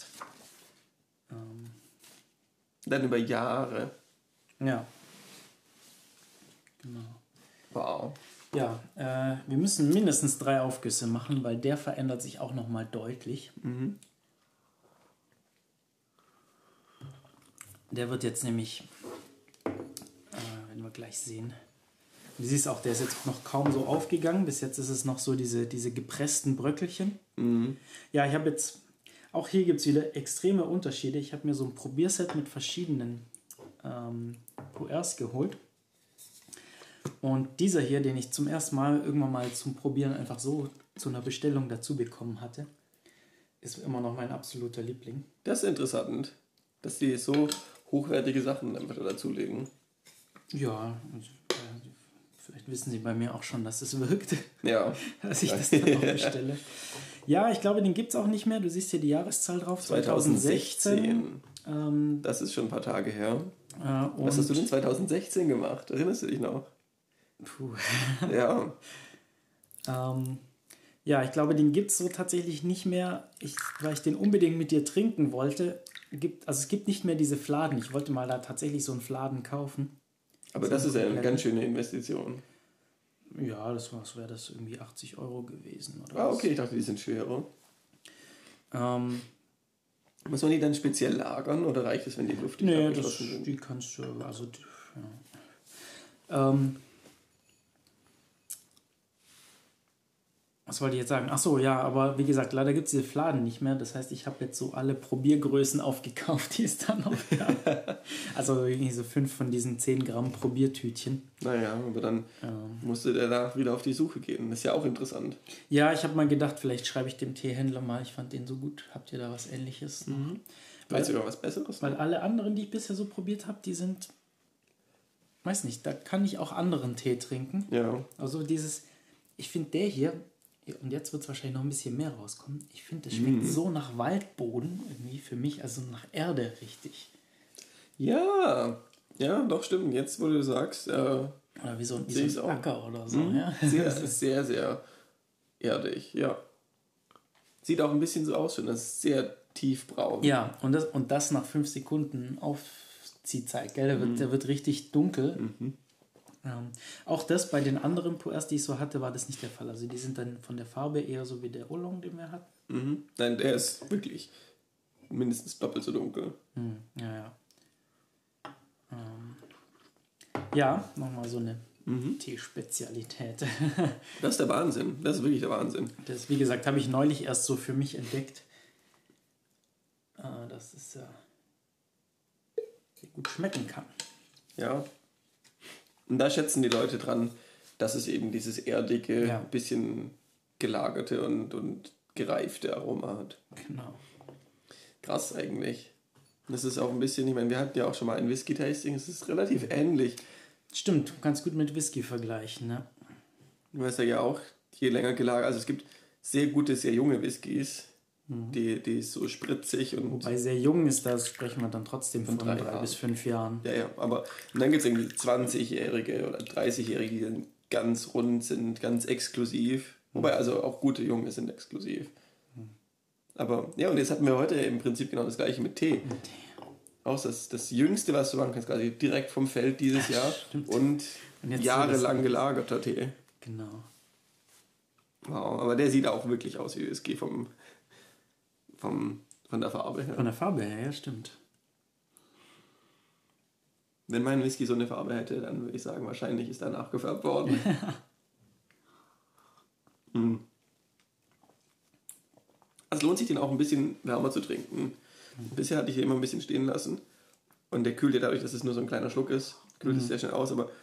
Dann über Jahre. Ja. Genau. Wow. Ja, wir müssen mindestens 3 Aufgüsse machen, weil der verändert sich auch nochmal deutlich. Der wird jetzt nämlich, wenn wir gleich sehen, du siehst auch, der ist jetzt noch kaum so aufgegangen. Bis jetzt ist es noch so diese gepressten Bröckelchen. Ja, ich habe jetzt, auch hier gibt es wieder extreme Unterschiede. Ich habe mir so ein Probierset mit verschiedenen Pu'ers geholt. Und dieser hier, den ich zum ersten Mal irgendwann mal zum Probieren einfach so zu einer Bestellung dazu bekommen hatte, ist immer noch mein absoluter Liebling. Das ist interessant, dass die so hochwertige Sachen einfach dazulegen. Ja, vielleicht wissen sie bei mir auch schon, dass es wirkt, Ja. dass ich das dann auch bestelle. Ja, ich glaube, den gibt es auch nicht mehr. Du siehst hier die Jahreszahl drauf, 2016. Das ist schon ein paar Tage her. Und Was hast du denn 2016 gemacht? Erinnerst du dich noch? Puh. Ja. Ja, ich glaube, den gibt es so tatsächlich nicht mehr, weil ich den unbedingt mit dir trinken wollte. Es gibt nicht mehr diese Fladen. Ich wollte mal da tatsächlich so einen Fladen kaufen. Aber das ist ja eine ganz schöne Investition. Ja, wäre das irgendwie 80 Euro gewesen. Oder Okay, ich dachte, die sind schwerer. was. Muss man die dann speziell lagern oder reicht es, wenn die luftig Nee, abgeschlossen sind? die kannst du, ja. Was wollte ich jetzt sagen? Ach so, ja, aber wie gesagt, leider gibt es diese Fladen nicht mehr. Das heißt, ich habe jetzt so alle Probiergrößen aufgekauft, die es dann noch gab. Also irgendwie so 5 von diesen 10 Gramm Probiertütchen. Naja, aber dann musste der da wieder auf die Suche gehen. Das ist ja auch interessant. Ja, ich habe mal gedacht, vielleicht schreibe ich dem Teehändler mal. Ich fand den so gut. Habt ihr da was Ähnliches? Vielleicht sogar was Besseres? Weil alle anderen, die ich bisher so probiert habe, die sind, weiß nicht, da kann ich auch anderen Tee trinken. Ja. Also ich finde der hier, und jetzt wird es wahrscheinlich noch ein bisschen mehr rauskommen, ich finde, das schmeckt so nach Waldboden irgendwie für mich, also nach Erde richtig. Ja, doch, stimmt. Jetzt, wo du sagst, Oder wie so ein Acker oder so. Ja. sehr, sehr erdig, ja. Sieht auch ein bisschen so aus, schon. Das ist sehr tiefbraun. Ja, und das nach 5 Sekunden Aufziehzeit, gell? Der wird richtig dunkel. Auch das bei den anderen Puers, die ich so hatte, war das nicht der Fall. Also die sind dann von der Farbe eher so wie der Oolong, den wir hatten. Nein, der ist wirklich mindestens doppelt so dunkel. Ja. Ja, nochmal so eine Teespezialität. Das ist der Wahnsinn. Das ist wirklich der Wahnsinn. Das, wie gesagt, habe ich neulich erst so für mich entdeckt. Dass es sehr gut schmecken kann. Ja. Und da schätzen die Leute dran, dass es eben dieses erdige, bisschen gelagerte und gereifte Aroma hat. Genau. Krass eigentlich. Das ist auch ein bisschen, ich meine, wir hatten ja auch schon mal ein Whisky-Tasting, es ist relativ ähnlich. Stimmt, du kannst gut mit Whisky vergleichen, ne? Du weißt ja auch, je länger gelagert, also es gibt sehr gute, sehr junge Whiskys, die so spritzig und... Wobei sehr jung ist, da sprechen wir dann trotzdem von 3 bis 5 Jahren. Ja, aber und dann gibt es irgendwie 20-Jährige oder 30-Jährige, die dann ganz rund sind, ganz exklusiv. Wobei also auch gute Junge sind exklusiv. Aber ja, und jetzt hatten wir heute im Prinzip genau das gleiche mit Tee. Auch das Jüngste, was du machen kannst, quasi direkt vom Feld dieses Jahr. Und jahrelang gelagerter Tee. Genau. Wow, aber der sieht auch wirklich aus wie Whisky von der Farbe her. Von der Farbe her, ja, stimmt. Wenn mein Whisky so eine Farbe hätte, dann würde ich sagen, wahrscheinlich ist er nachgefärbt worden. Also lohnt sich den auch ein bisschen wärmer zu trinken. Bisher hatte ich ihn immer ein bisschen stehen lassen. Und der kühlt ja dadurch, dass es nur so ein kleiner Schluck ist. Kühlt es sehr schnell aus, aber...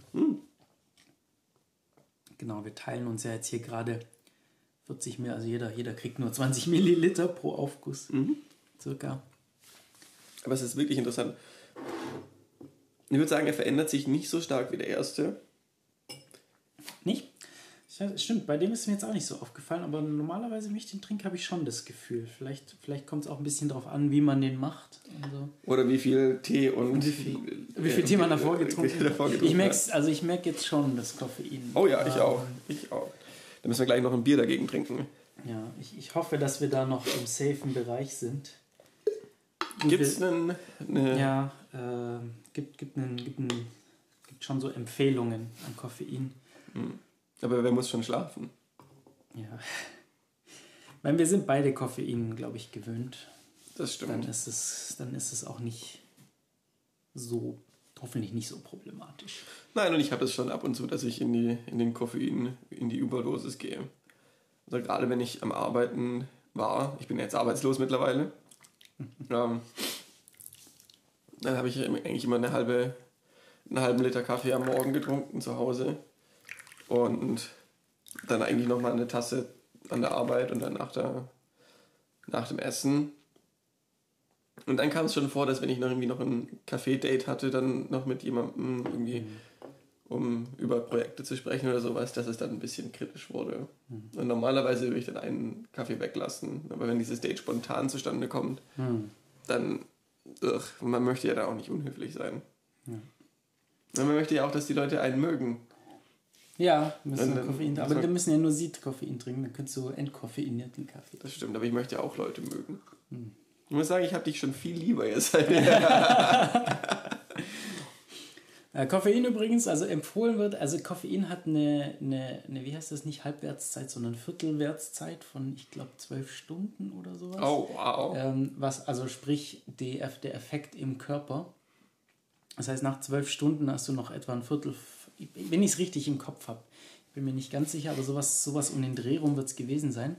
Genau, wir teilen uns ja jetzt hier gerade 40 Milliliter, also jeder kriegt nur 20 Milliliter pro Aufguss. Circa. Aber es ist wirklich interessant. Ich würde sagen, er verändert sich nicht so stark wie der erste. Nicht? Stimmt, bei dem ist mir jetzt auch nicht so aufgefallen, aber normalerweise, wenn ich den trinke, habe ich schon das Gefühl. Vielleicht kommt es auch ein bisschen darauf an, wie man den macht. Also oder wie viel Tee und wie viel Tee man davor getrunken hat. Ich merke jetzt schon das Koffein. Oh ja, ich auch. Da müssen wir gleich noch ein Bier dagegen trinken. Ja, ich hoffe, dass wir da noch im safen Bereich sind. Gibt es einen... Ja, gibt schon so Empfehlungen an Koffein. Aber wer muss schon schlafen? Ja. Weil wir sind beide Koffein, glaube ich, gewöhnt. Das stimmt. Dann ist es auch nicht so, hoffentlich nicht so problematisch. Nein, und ich habe es schon ab und zu, dass ich in den Koffein, in die Überdosis gehe. Also gerade wenn ich am Arbeiten war, ich bin jetzt arbeitslos mittlerweile, dann habe ich eigentlich immer einen halben Liter Kaffee am Morgen getrunken zu Hause. Und dann eigentlich nochmal eine Tasse an der Arbeit und dann nach dem Essen. Und dann kam es schon vor, dass wenn ich noch ein Kaffee-Date hatte, dann noch mit jemandem irgendwie um über Projekte zu sprechen oder sowas, dass es dann ein bisschen kritisch wurde. Und normalerweise würde ich dann einen Kaffee weglassen, aber wenn dieses Date spontan zustande kommt, dann, man möchte ja da auch nicht unhöflich sein. Und man möchte ja auch, dass die Leute einen mögen. Ja, müssen Koffein, aber wir müssen ja nur Koffein trinken, dann könntest du entkoffeinierten Kaffee. Das stimmt, aber ich möchte ja auch Leute mögen. Ich muss sagen, ich habe dich schon viel lieber jetzt. Koffein übrigens, also empfohlen wird, also Koffein hat eine wie heißt das, nicht Halbwertszeit, sondern Viertelwertszeit von, ich glaube, 12 Stunden oder sowas. Oh, wow. Was, also sprich, der Effekt im Körper. Das heißt, nach 12 Stunden hast du noch etwa ein Viertel, wenn ich es richtig im Kopf habe. Ich bin mir nicht ganz sicher, aber sowas um den Dreh rum wird es gewesen sein.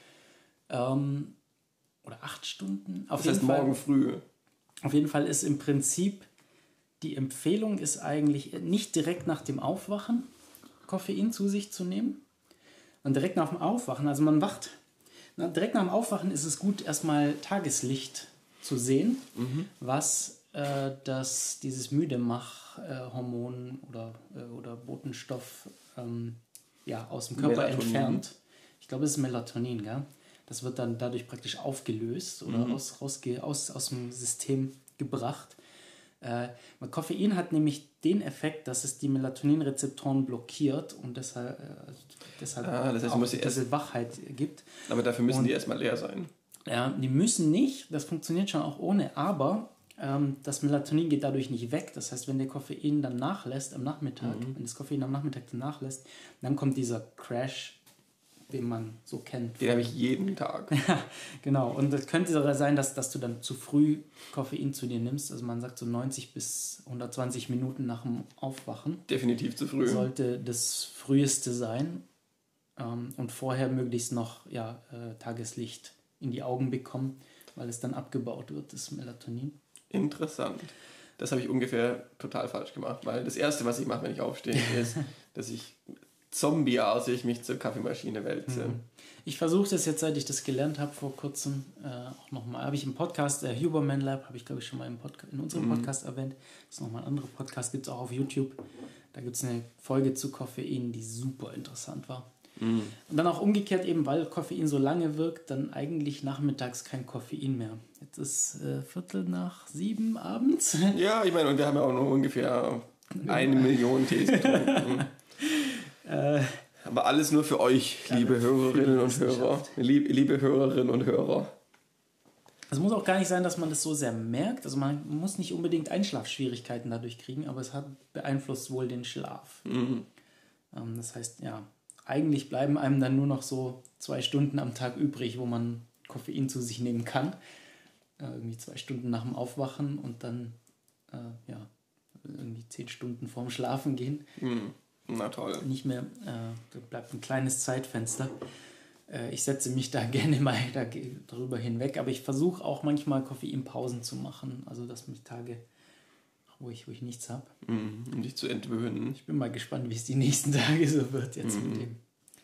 Oder 8 Stunden. Das heißt morgen früh. Auf jeden Fall ist im Prinzip, die Empfehlung ist eigentlich nicht direkt nach dem Aufwachen Koffein zu sich zu nehmen. Und direkt nach dem Aufwachen, also man wacht, direkt nach dem Aufwachen ist es gut, erstmal Tageslicht zu sehen, was dieses Müdemach-Hormon oder Botenstoff aus dem Körper entfernt. Ich glaube, es ist Melatonin, gell? Das wird dann dadurch praktisch aufgelöst oder aus dem System gebracht. Koffein hat nämlich den Effekt, dass es die Melatoninrezeptoren blockiert und deshalb das heißt, auch diese Wachheit gibt. Aber dafür müssen die erstmal leer sein. Ja, die müssen nicht, das funktioniert schon auch ohne, aber das Melatonin geht dadurch nicht weg. Das heißt, wenn der Koffein dann nachlässt am Nachmittag, wenn das Koffein am Nachmittag dann nachlässt, dann kommt dieser Crash, den man so kennt. Den habe ich jeden Tag. Genau, und das könnte sogar sein, dass du dann zu früh Koffein zu dir nimmst. Also man sagt so 90 bis 120 Minuten nach dem Aufwachen. Definitiv zu früh. Sollte das früheste sein. Und vorher möglichst noch Tageslicht in die Augen bekommen, weil es dann abgebaut wird, das Melatonin. Interessant. Das habe ich ungefähr total falsch gemacht, weil das Erste, was ich mache, wenn ich aufstehe, ist, dass ich zombieartig mich zur Kaffeemaschine wälze. Ich versuche das jetzt, seit ich das gelernt habe, vor kurzem auch nochmal. Habe ich im Podcast, Huberman Lab, habe ich glaube ich schon mal in unserem Podcast erwähnt. Das ist nochmal ein anderer Podcast, gibt es auch auf YouTube. Da gibt es eine Folge zu Koffein, die super interessant war. Und dann auch umgekehrt eben, weil Koffein so lange wirkt, dann eigentlich nachmittags kein Koffein mehr. Jetzt ist 6:45 abends. Ja, ich meine, und wir haben ja auch noch ungefähr 1 Million Tees getrunken. Aber alles nur für euch, liebe Hörerinnen und Hörer. Liebe Hörerinnen und Hörer. Es muss auch gar nicht sein, dass man das so sehr merkt. Also man muss nicht unbedingt Einschlafschwierigkeiten dadurch kriegen, aber es beeinflusst wohl den Schlaf. Das heißt, ja, eigentlich bleiben einem dann nur noch so 2 Stunden am Tag übrig, wo man Koffein zu sich nehmen kann. Irgendwie 2 Stunden nach dem Aufwachen und dann irgendwie 10 Stunden vorm Schlafen gehen. Na toll. Nicht mehr, da bleibt ein kleines Zeitfenster. Ich setze mich da gerne mal darüber hinweg, aber ich versuche auch manchmal Koffeinpausen zu machen, also dass mich Tage, wo ich nichts habe. Um dich zu entwöhnen. Ich bin mal gespannt, wie es die nächsten Tage so wird jetzt mit dem.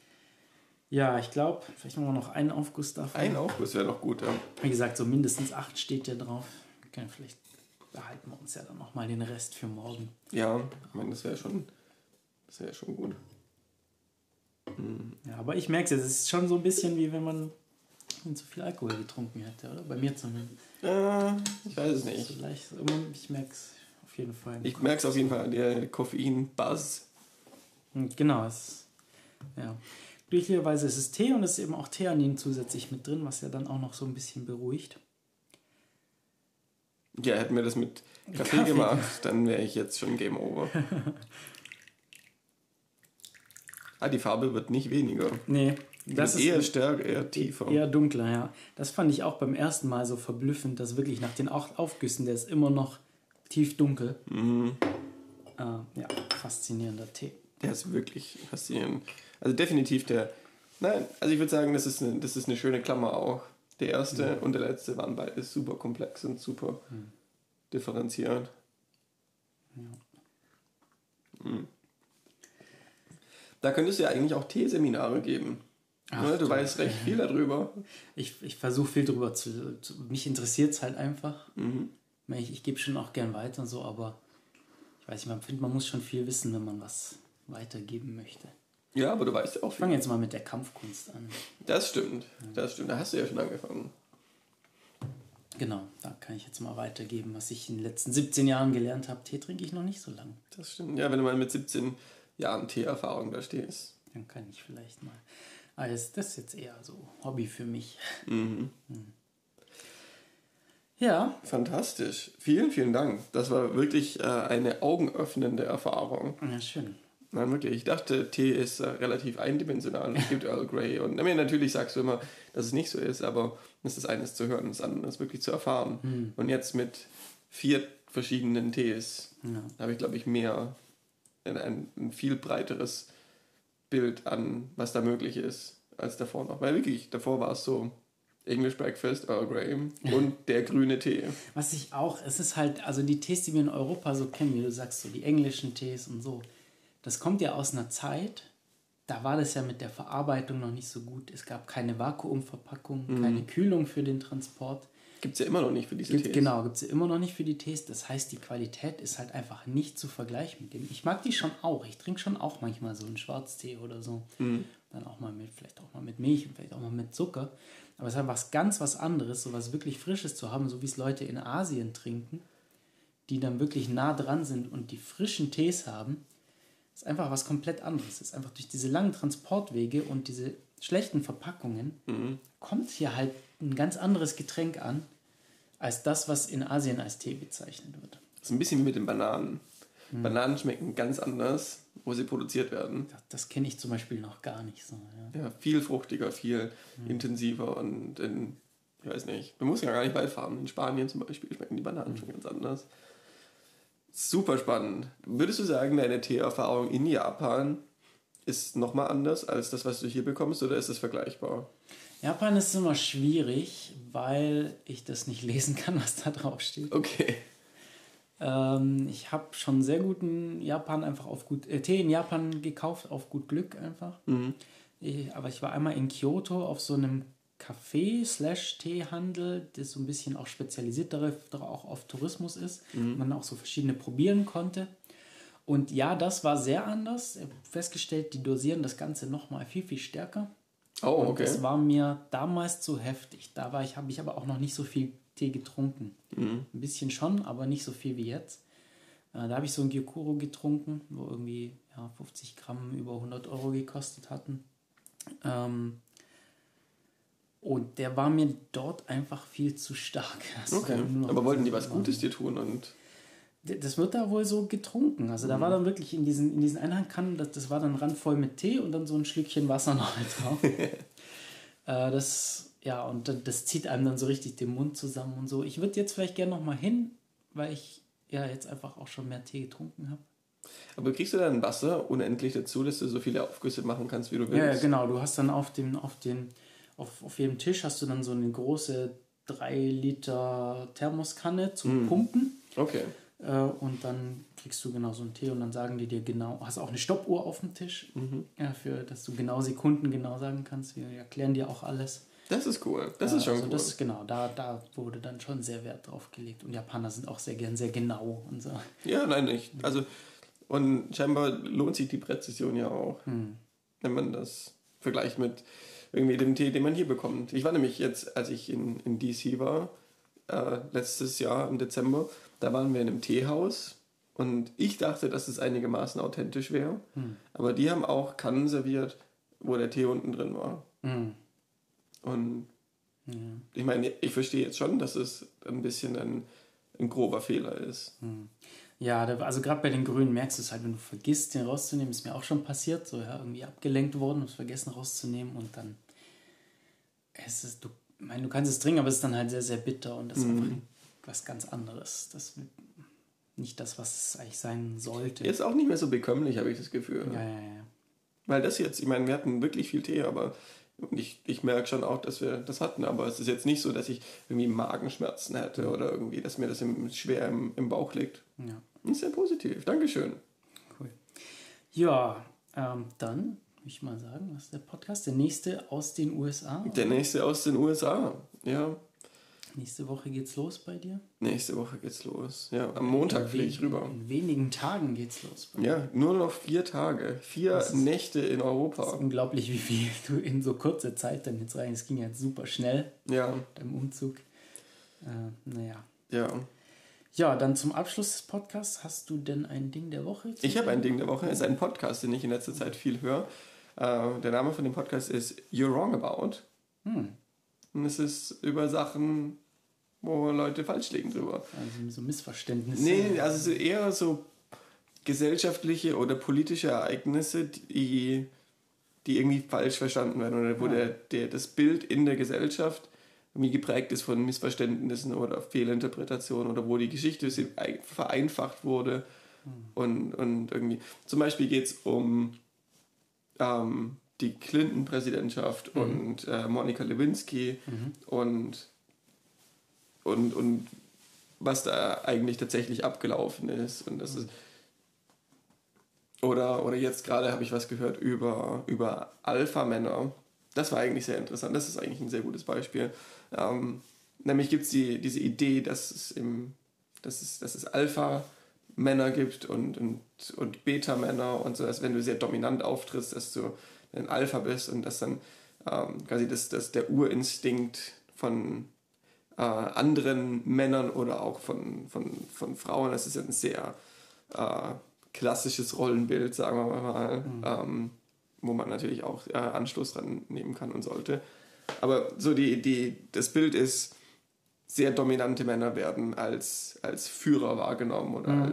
Ja, ich glaube, vielleicht machen wir noch einen Aufguss davon. Ein Aufguss wäre noch gut, ja. Wie gesagt, so mindestens 8 steht ja drauf. Vielleicht behalten wir uns ja dann nochmal den Rest für morgen. Ja, ich meine, das wäre schon gut. Ja, aber ich merke es, es ist schon so ein bisschen wie wenn man zu viel Alkohol getrunken hätte, oder? Bei mir zumindest. Ich weiß es nicht. Ich merke es auf jeden Fall. Ich merke es auf jeden Fall an der Koffein-Buzz. Genau, glücklicherweise ist es Tee und es ist eben auch Theanin zusätzlich mit drin, was ja dann auch noch so ein bisschen beruhigt. Ja, hätten wir das mit Kaffee gemacht, dann wäre ich jetzt schon Game Over. Die Farbe wird nicht weniger. Nee, das ist eher stärker, eher tiefer. Eher dunkler, ja. Das fand ich auch beim ersten Mal so verblüffend, dass wirklich nach den Aufgüssen, der ist immer noch tief dunkel. Faszinierender Tee. Der ist wirklich faszinierend. Also definitiv ich würde sagen, das ist eine schöne Klammer auch. Der erste und der letzte waren beide super komplex und super differenziert. Ja. Da könntest du ja eigentlich auch Teeseminare geben. Du weißt recht viel darüber. Ich versuche viel darüber mich interessiert es halt einfach. Ich gebe schon auch gern weiter und so, aber ich weiß nicht, man findet, man muss schon viel wissen, wenn man was weitergeben möchte. Ja, aber du weißt ja auch Ich fange jetzt mal mit der Kampfkunst an. Das stimmt, das stimmt. Da hast du ja schon angefangen. Genau, da kann ich jetzt mal weitergeben, was ich in den letzten 17 Jahren gelernt habe. Tee trinke ich noch nicht so lange. Das stimmt. Ja, wenn du mal mit 17 Jahren Teeerfahrung da stehst. Dann kann ich vielleicht mal. Aber das ist jetzt eher so Hobby für mich. Ja. Fantastisch. Vielen, vielen Dank. Das war wirklich eine augenöffnende Erfahrung. Ja, schön. Nein, wirklich. Ich dachte, Tee ist relativ eindimensional. Es gibt Earl Grey. Und natürlich sagst du immer, dass es nicht so ist, aber es ist eines zu hören, das andere ist wirklich zu erfahren. Und jetzt mit 4 verschiedenen Tees habe ich, glaube ich, mehr, ein viel breiteres Bild an, was da möglich ist, als davor noch. Weil wirklich, davor war es so English Breakfast, Earl Grey und der grüne Tee. Was ich auch, es ist halt, also die Tees, die wir in Europa so kennen, wie du sagst, so die englischen Tees und so, das kommt ja aus einer Zeit, da war das ja mit der Verarbeitung noch nicht so gut. Es gab keine Vakuumverpackung, keine Kühlung für den Transport. Gibt es ja immer noch nicht für diese Tees. Genau, gibt es ja immer noch nicht für die Tees. Das heißt, die Qualität ist halt einfach nicht zu vergleichen mit dem. Ich mag die schon auch. Ich trinke schon auch manchmal so einen Schwarztee oder so. Dann auch mal mit, vielleicht auch mal mit Milch und vielleicht auch mal mit Zucker. Aber es ist einfach ganz was anderes, so was wirklich Frisches zu haben, so wie es Leute in Asien trinken, die dann wirklich nah dran sind und die frischen Tees haben. Ist einfach was komplett anderes. Es ist einfach durch diese langen Transportwege und diese schlechten Verpackungen kommt hier halt ein ganz anderes Getränk an, als das, was in Asien als Tee bezeichnet wird. Das ist ein bisschen wie mit den Bananen. Bananen schmecken ganz anders, wo sie produziert werden. Das kenne ich zum Beispiel noch gar nicht so. Ja. Ja, viel fruchtiger, viel intensiver und ich weiß nicht, du musst ja gar nicht weit fahren. In Spanien zum Beispiel schmecken die Bananen schon ganz anders. Super spannend. Würdest du sagen, deine Teeerfahrung in Japan ist nochmal anders als das, was du hier bekommst, oder ist es vergleichbar? Japan ist immer schwierig, weil ich das nicht lesen kann, was da drauf steht. Okay. Ich habe schon sehr guten Japan einfach auf Tee in Japan gekauft, auf gut Glück einfach. Aber ich war einmal in Kyoto auf so einem Café/Teehandel, das so ein bisschen auch spezialisiert darauf auch auf Tourismus ist. Man auch so verschiedene probieren konnte. Und ja, das war sehr anders. Ich habe festgestellt, die dosieren das Ganze nochmal viel, viel stärker. Oh, okay. Und das war mir damals zu heftig. Da habe ich aber auch noch nicht so viel Tee getrunken. Ein bisschen schon, aber nicht so viel wie jetzt. Da habe ich so ein Gyokuro getrunken, wo irgendwie 50 Gramm über 100 Euro gekostet hatten. Und der war mir dort einfach viel zu stark. Okay. Aber wollten die was Gutes dir tun? Und das wird da wohl so getrunken. Also da war dann wirklich in diesen Einhandkannen, das war dann randvoll mit Tee und dann so ein Schlückchen Wasser noch mit drauf. Und das zieht einem dann so richtig den Mund zusammen und so. Ich würde jetzt vielleicht gerne noch mal hin, weil ich ja jetzt einfach auch schon mehr Tee getrunken habe. Aber kriegst du dann Wasser unendlich dazu, dass du so viele Aufgüsse machen kannst, wie du willst? Ja, genau. Du hast dann auf jedem Tisch hast du dann so eine große 3 Liter Thermoskanne zum Pumpen. Okay. Und dann kriegst du genau so einen Tee und dann sagen die dir genau, hast auch eine Stoppuhr auf dem Tisch, dass du genau Sekunden genau sagen kannst. Wir erklären dir auch alles. Das ist cool. Das ist schon cool. Das, genau, da wurde dann schon sehr Wert drauf gelegt. Und Japaner sind auch sehr gern sehr genau und so. Ja, nein, nicht. Also, und scheinbar lohnt sich die Präzision ja auch, wenn man das vergleicht mit irgendwie dem Tee, den man hier bekommt. Ich war nämlich jetzt, als ich in DC war, letztes Jahr im Dezember, da waren wir in einem Teehaus und ich dachte, dass es einigermaßen authentisch wäre. Aber die haben auch Kannen serviert, wo der Tee unten drin war. Und ich meine, ich verstehe jetzt schon, dass es ein bisschen ein grober Fehler ist. Ja, also gerade bei den Grünen merkst du es halt, wenn du vergisst, den rauszunehmen, ist mir auch schon passiert, so irgendwie abgelenkt worden, hast vergessen rauszunehmen und dann du kannst es trinken, aber es ist dann halt sehr, sehr bitter und das ist einfach was ganz anderes. Das ist nicht das, was es eigentlich sein sollte. Ist auch nicht mehr so bekömmlich, habe ich das Gefühl. Ja. Weil das jetzt, ich meine, wir hatten wirklich viel Tee, aber ich merke schon auch, dass wir das hatten, aber es ist jetzt nicht so, dass ich irgendwie Magenschmerzen hätte oder irgendwie, dass mir das schwer im Bauch liegt. Ja. Das ist sehr positiv. Dankeschön. Cool. Ja, dann würde ich mal sagen, was ist der Podcast? Der nächste aus den USA? Der nächste aus den USA, ja. Nächste Woche geht's los bei dir? Nächste Woche geht's los. Ja, am Montag fliege ich rüber. In wenigen Tagen geht's los bei dir. Ja, nur noch 4 Tage. 4 Nächte in Europa. Das ist unglaublich, wie viel du in so kurzer Zeit dann jetzt rein. Es ging jetzt super schnell beim Umzug. Naja. Ja. Ja, dann zum Abschluss des Podcasts. Hast du denn ein Ding der Woche? Ich habe ein Ding der Woche. Es ist ein Podcast, den ich in letzter Zeit viel höre. Der Name von dem Podcast ist You're Wrong About. Und es ist über Sachen, wo Leute falsch liegen drüber. Also so Missverständnisse. Nee, also eher so gesellschaftliche oder politische Ereignisse, die irgendwie falsch verstanden werden oder wo das Bild in der Gesellschaft irgendwie geprägt ist von Missverständnissen oder Fehlinterpretationen oder wo die Geschichte vereinfacht wurde. Und irgendwie, zum Beispiel geht es um die Clinton-Präsidentschaft und Monica Lewinsky und was da eigentlich tatsächlich abgelaufen ist. Und das ist oder jetzt gerade habe ich was gehört über Alpha-Männer. Das war eigentlich sehr interessant. Das ist eigentlich ein sehr gutes Beispiel. Nämlich gibt es diese Idee, dass es Alpha-Männer gibt und Beta-Männer und so, dass wenn du sehr dominant auftrittst, dass du ein Alpha bist und dass dann quasi dass der Urinstinkt von anderen Männern oder auch von Frauen, das ist ein sehr klassisches Rollenbild, sagen wir mal, wo man natürlich auch Anschluss dran nehmen kann und sollte. Aber so das Bild ist, sehr dominante Männer werden als Führer wahrgenommen oder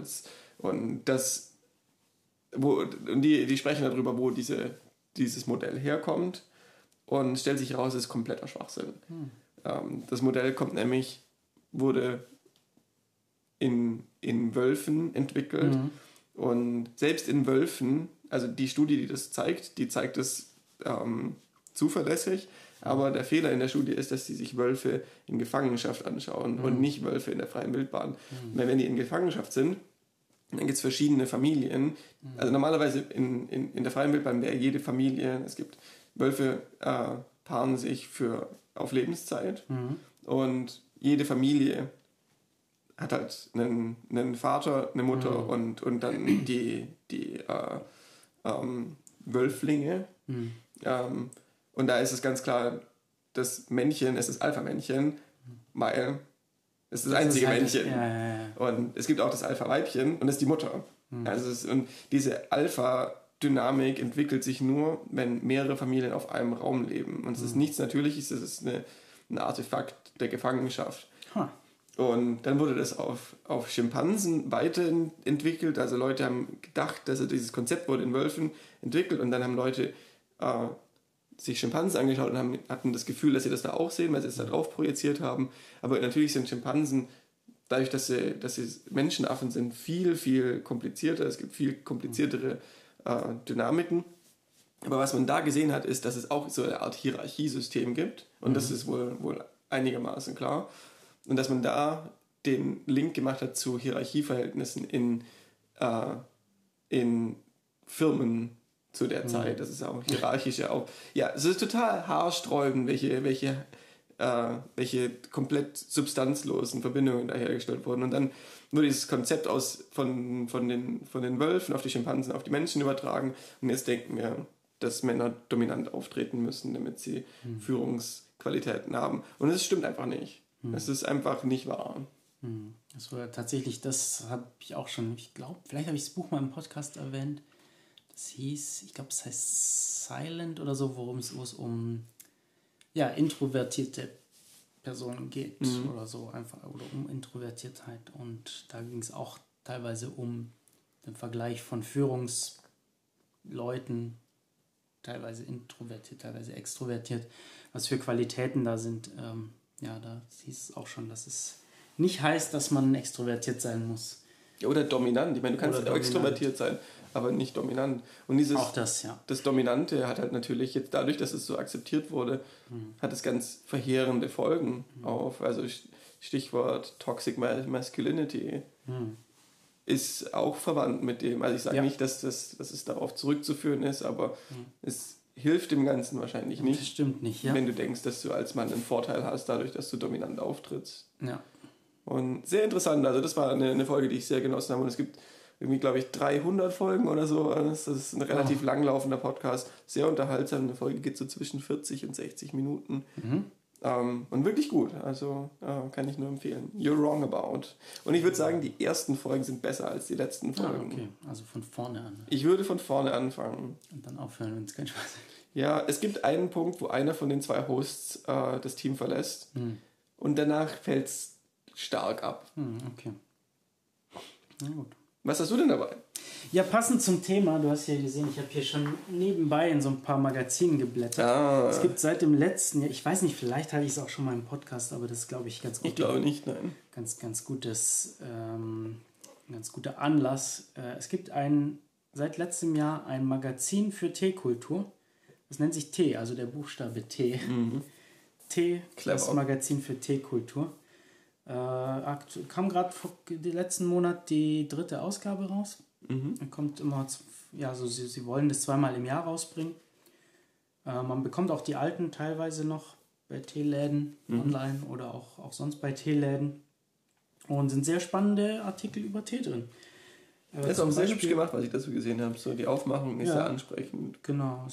die sprechen darüber, wo dieses Modell herkommt und stellt sich heraus, es ist kompletter Schwachsinn. Das Modell wurde in Wölfen entwickelt und selbst in Wölfen, also die Studie, die zeigt es zuverlässig, aber der Fehler in der Studie ist, dass sie sich Wölfe in Gefangenschaft anschauen und nicht Wölfe in der freien Wildbahn. Weil wenn die in Gefangenschaft sind, dann gibt es verschiedene Familien. Also normalerweise in der freien Wildbahn wäre jede Familie, es gibt Wölfe paaren sich auf Lebenszeit und jede Familie hat halt einen Vater, eine Mutter und dann die Wölflinge. Und da ist es ganz klar, das Männchen ist das Alpha-Männchen, weil es ist das einzige Männchen. Und es gibt auch das Alpha-Weibchen und das ist die Mutter. Und diese Alpha-Dynamik entwickelt sich nur, wenn mehrere Familien auf einem Raum leben. Und es ist nichts Natürliches, es ist ein Artefakt der Gefangenschaft. Und dann wurde das auf Schimpansen weiterentwickelt. Also Leute haben gedacht, dass dieses Konzept wurde in Wölfen entwickelt und dann haben Leute sich Schimpansen angeschaut und hatten das Gefühl, dass sie das da auch sehen, weil sie es da drauf projiziert haben. Aber natürlich sind Schimpansen, dadurch, dass sie Menschenaffen sind, viel, viel komplizierter. Es gibt viel kompliziertere Dynamiken. Aber was man da gesehen hat, ist, dass es auch so eine Art Hierarchiesystem gibt. Und das ist wohl einigermaßen klar. Und dass man da den Link gemacht hat zu Hierarchieverhältnissen in Firmen zu der Zeit. Das ist auch hierarchische auch. Ja, es ist total haarsträubend, welche komplett substanzlosen Verbindungen da hergestellt wurden. Und dann wurde dieses Konzept von den Wölfen auf die Schimpansen, auf die Menschen übertragen. Und jetzt denken wir, dass Männer dominant auftreten müssen, damit sie Führungsqualitäten haben. Und es stimmt einfach nicht. Es ist einfach nicht wahr. Das war tatsächlich, das habe ich auch schon, ich glaube, vielleicht habe ich das Buch mal im Podcast erwähnt. Das hieß, ich glaube, es heißt Silent oder so, wo es um introvertierte Personen geht oder so einfach, oder um Introvertiertheit. Und da ging es auch teilweise um den Vergleich von Führungsleuten, teilweise introvertiert, teilweise extrovertiert, was für Qualitäten da sind. Da hieß es auch schon, dass es nicht heißt, dass man extrovertiert sein muss. Ja, oder dominant. Ich meine, du kannst auch extrovertiert sein, aber nicht dominant. Und auch das Dominante hat halt natürlich jetzt dadurch, dass es so akzeptiert wurde, hat es ganz verheerende Folgen auf. Also Stichwort Toxic Masculinity ist auch verwandt mit dem. Also ich sage nicht, dass es darauf zurückzuführen ist, aber es hilft dem Ganzen wahrscheinlich nicht. Das stimmt nicht, ja. Wenn du denkst, dass du als Mann einen Vorteil hast, dadurch, dass du dominant auftrittst. Ja. Und sehr interessant, also das war eine Folge, die ich sehr genossen habe. Und es gibt irgendwie, glaube ich, 300 Folgen oder so. Das ist ein relativ langlaufender Podcast, sehr unterhaltsam. Eine Folge geht so zwischen 40 und 60 Minuten. Und wirklich gut, also kann ich nur empfehlen. You're wrong about. Und ich würde sagen, die ersten Folgen sind besser als die letzten Folgen. Okay, also von vorne an. Ich würde von vorne anfangen. Und dann aufhören, wenn es keinen Spaß hat. Ja, es gibt einen Punkt, wo einer von den 2 Hosts das Team verlässt. Und danach fällt es stark ab. Okay. Na gut. Was hast du denn dabei? Ja, passend zum Thema, du hast ja gesehen, ich habe hier schon nebenbei in so ein paar Magazinen geblättert. Es gibt seit dem letzten Jahr, ich weiß nicht, vielleicht hatte ich es auch schon mal im Podcast, aber das ist, glaube ich, ganz gut. Ich glaube nicht, nein. Ganz guter Anlass. Es gibt seit letztem Jahr ein Magazin für Teekultur. Das nennt sich Tee, also der Buchstabe T. Tee, das Magazin für Teekultur. Kam gerade den letzten Monat die 3. Ausgabe raus. Kommt immer, sie wollen das 2-mal im Jahr rausbringen. Man bekommt auch die alten teilweise noch bei Teeläden online oder auch sonst bei Teeläden. Und sind sehr spannende Artikel über Tee drin. Das ist auch sehr hübsch gemacht, was ich dazu gesehen habe. So, die Aufmachung ist sehr ansprechend. Genau,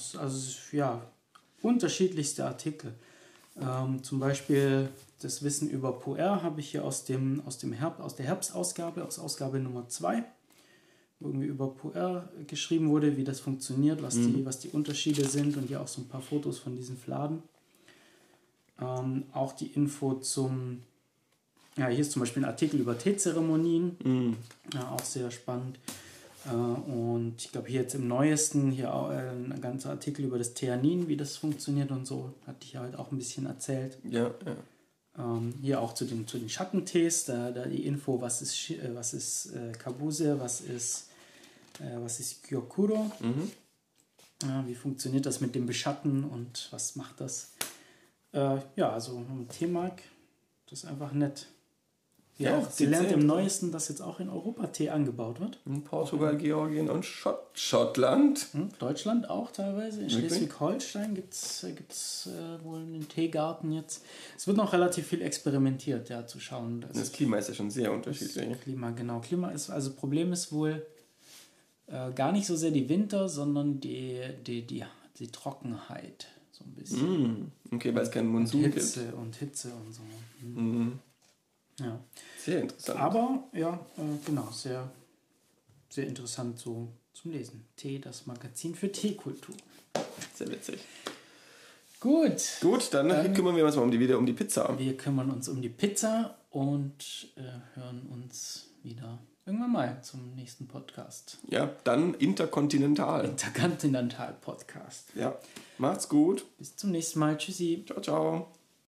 unterschiedlichste Artikel. Zum Beispiel das Wissen über Pu'er habe ich hier aus der Herbstausgabe, aus Ausgabe Nummer 2, wo irgendwie über Pu'er geschrieben wurde, wie das funktioniert, was die Unterschiede sind und hier auch so ein paar Fotos von diesen Fladen. Auch die Info hier ist zum Beispiel ein Artikel über Teezeremonien, auch sehr spannend. Und ich glaube hier jetzt im neuesten, hier auch ein ganzer Artikel über das Theanin, wie das funktioniert und so, hatte ich ja halt auch ein bisschen erzählt. Ja. Hier auch zu den Schattentees, da die Info, was ist Kabuse, was ist Gyokuro, wie funktioniert das mit dem Beschatten und was macht das? Also im Teemark, das ist einfach nett. Ja, auch gelernt im Neuesten, dass jetzt auch in Europa Tee angebaut wird. In Portugal, Georgien und Schottland. Deutschland auch teilweise. In Schleswig-Holstein gibt's wohl einen Teegarten jetzt. Es wird noch relativ viel experimentiert, zu schauen. Das Klima ist ja schon sehr unterschiedlich. Klima ist, also Problem ist wohl gar nicht so sehr die Winter, sondern die Trockenheit. So ein bisschen. Okay, weil es keinen Monsun gibt. Hitze und so. Ja. Sehr interessant. Aber genau, sehr, sehr interessant so zum Lesen. Tee, das Magazin für Teekultur. Sehr witzig. Gut, dann kümmern wir uns mal wieder um die Pizza. Wir kümmern uns um die Pizza und hören uns wieder irgendwann mal zum nächsten Podcast. Ja, dann Interkontinental. Interkontinental Podcast. Ja, macht's gut. Bis zum nächsten Mal. Tschüssi. Ciao, ciao.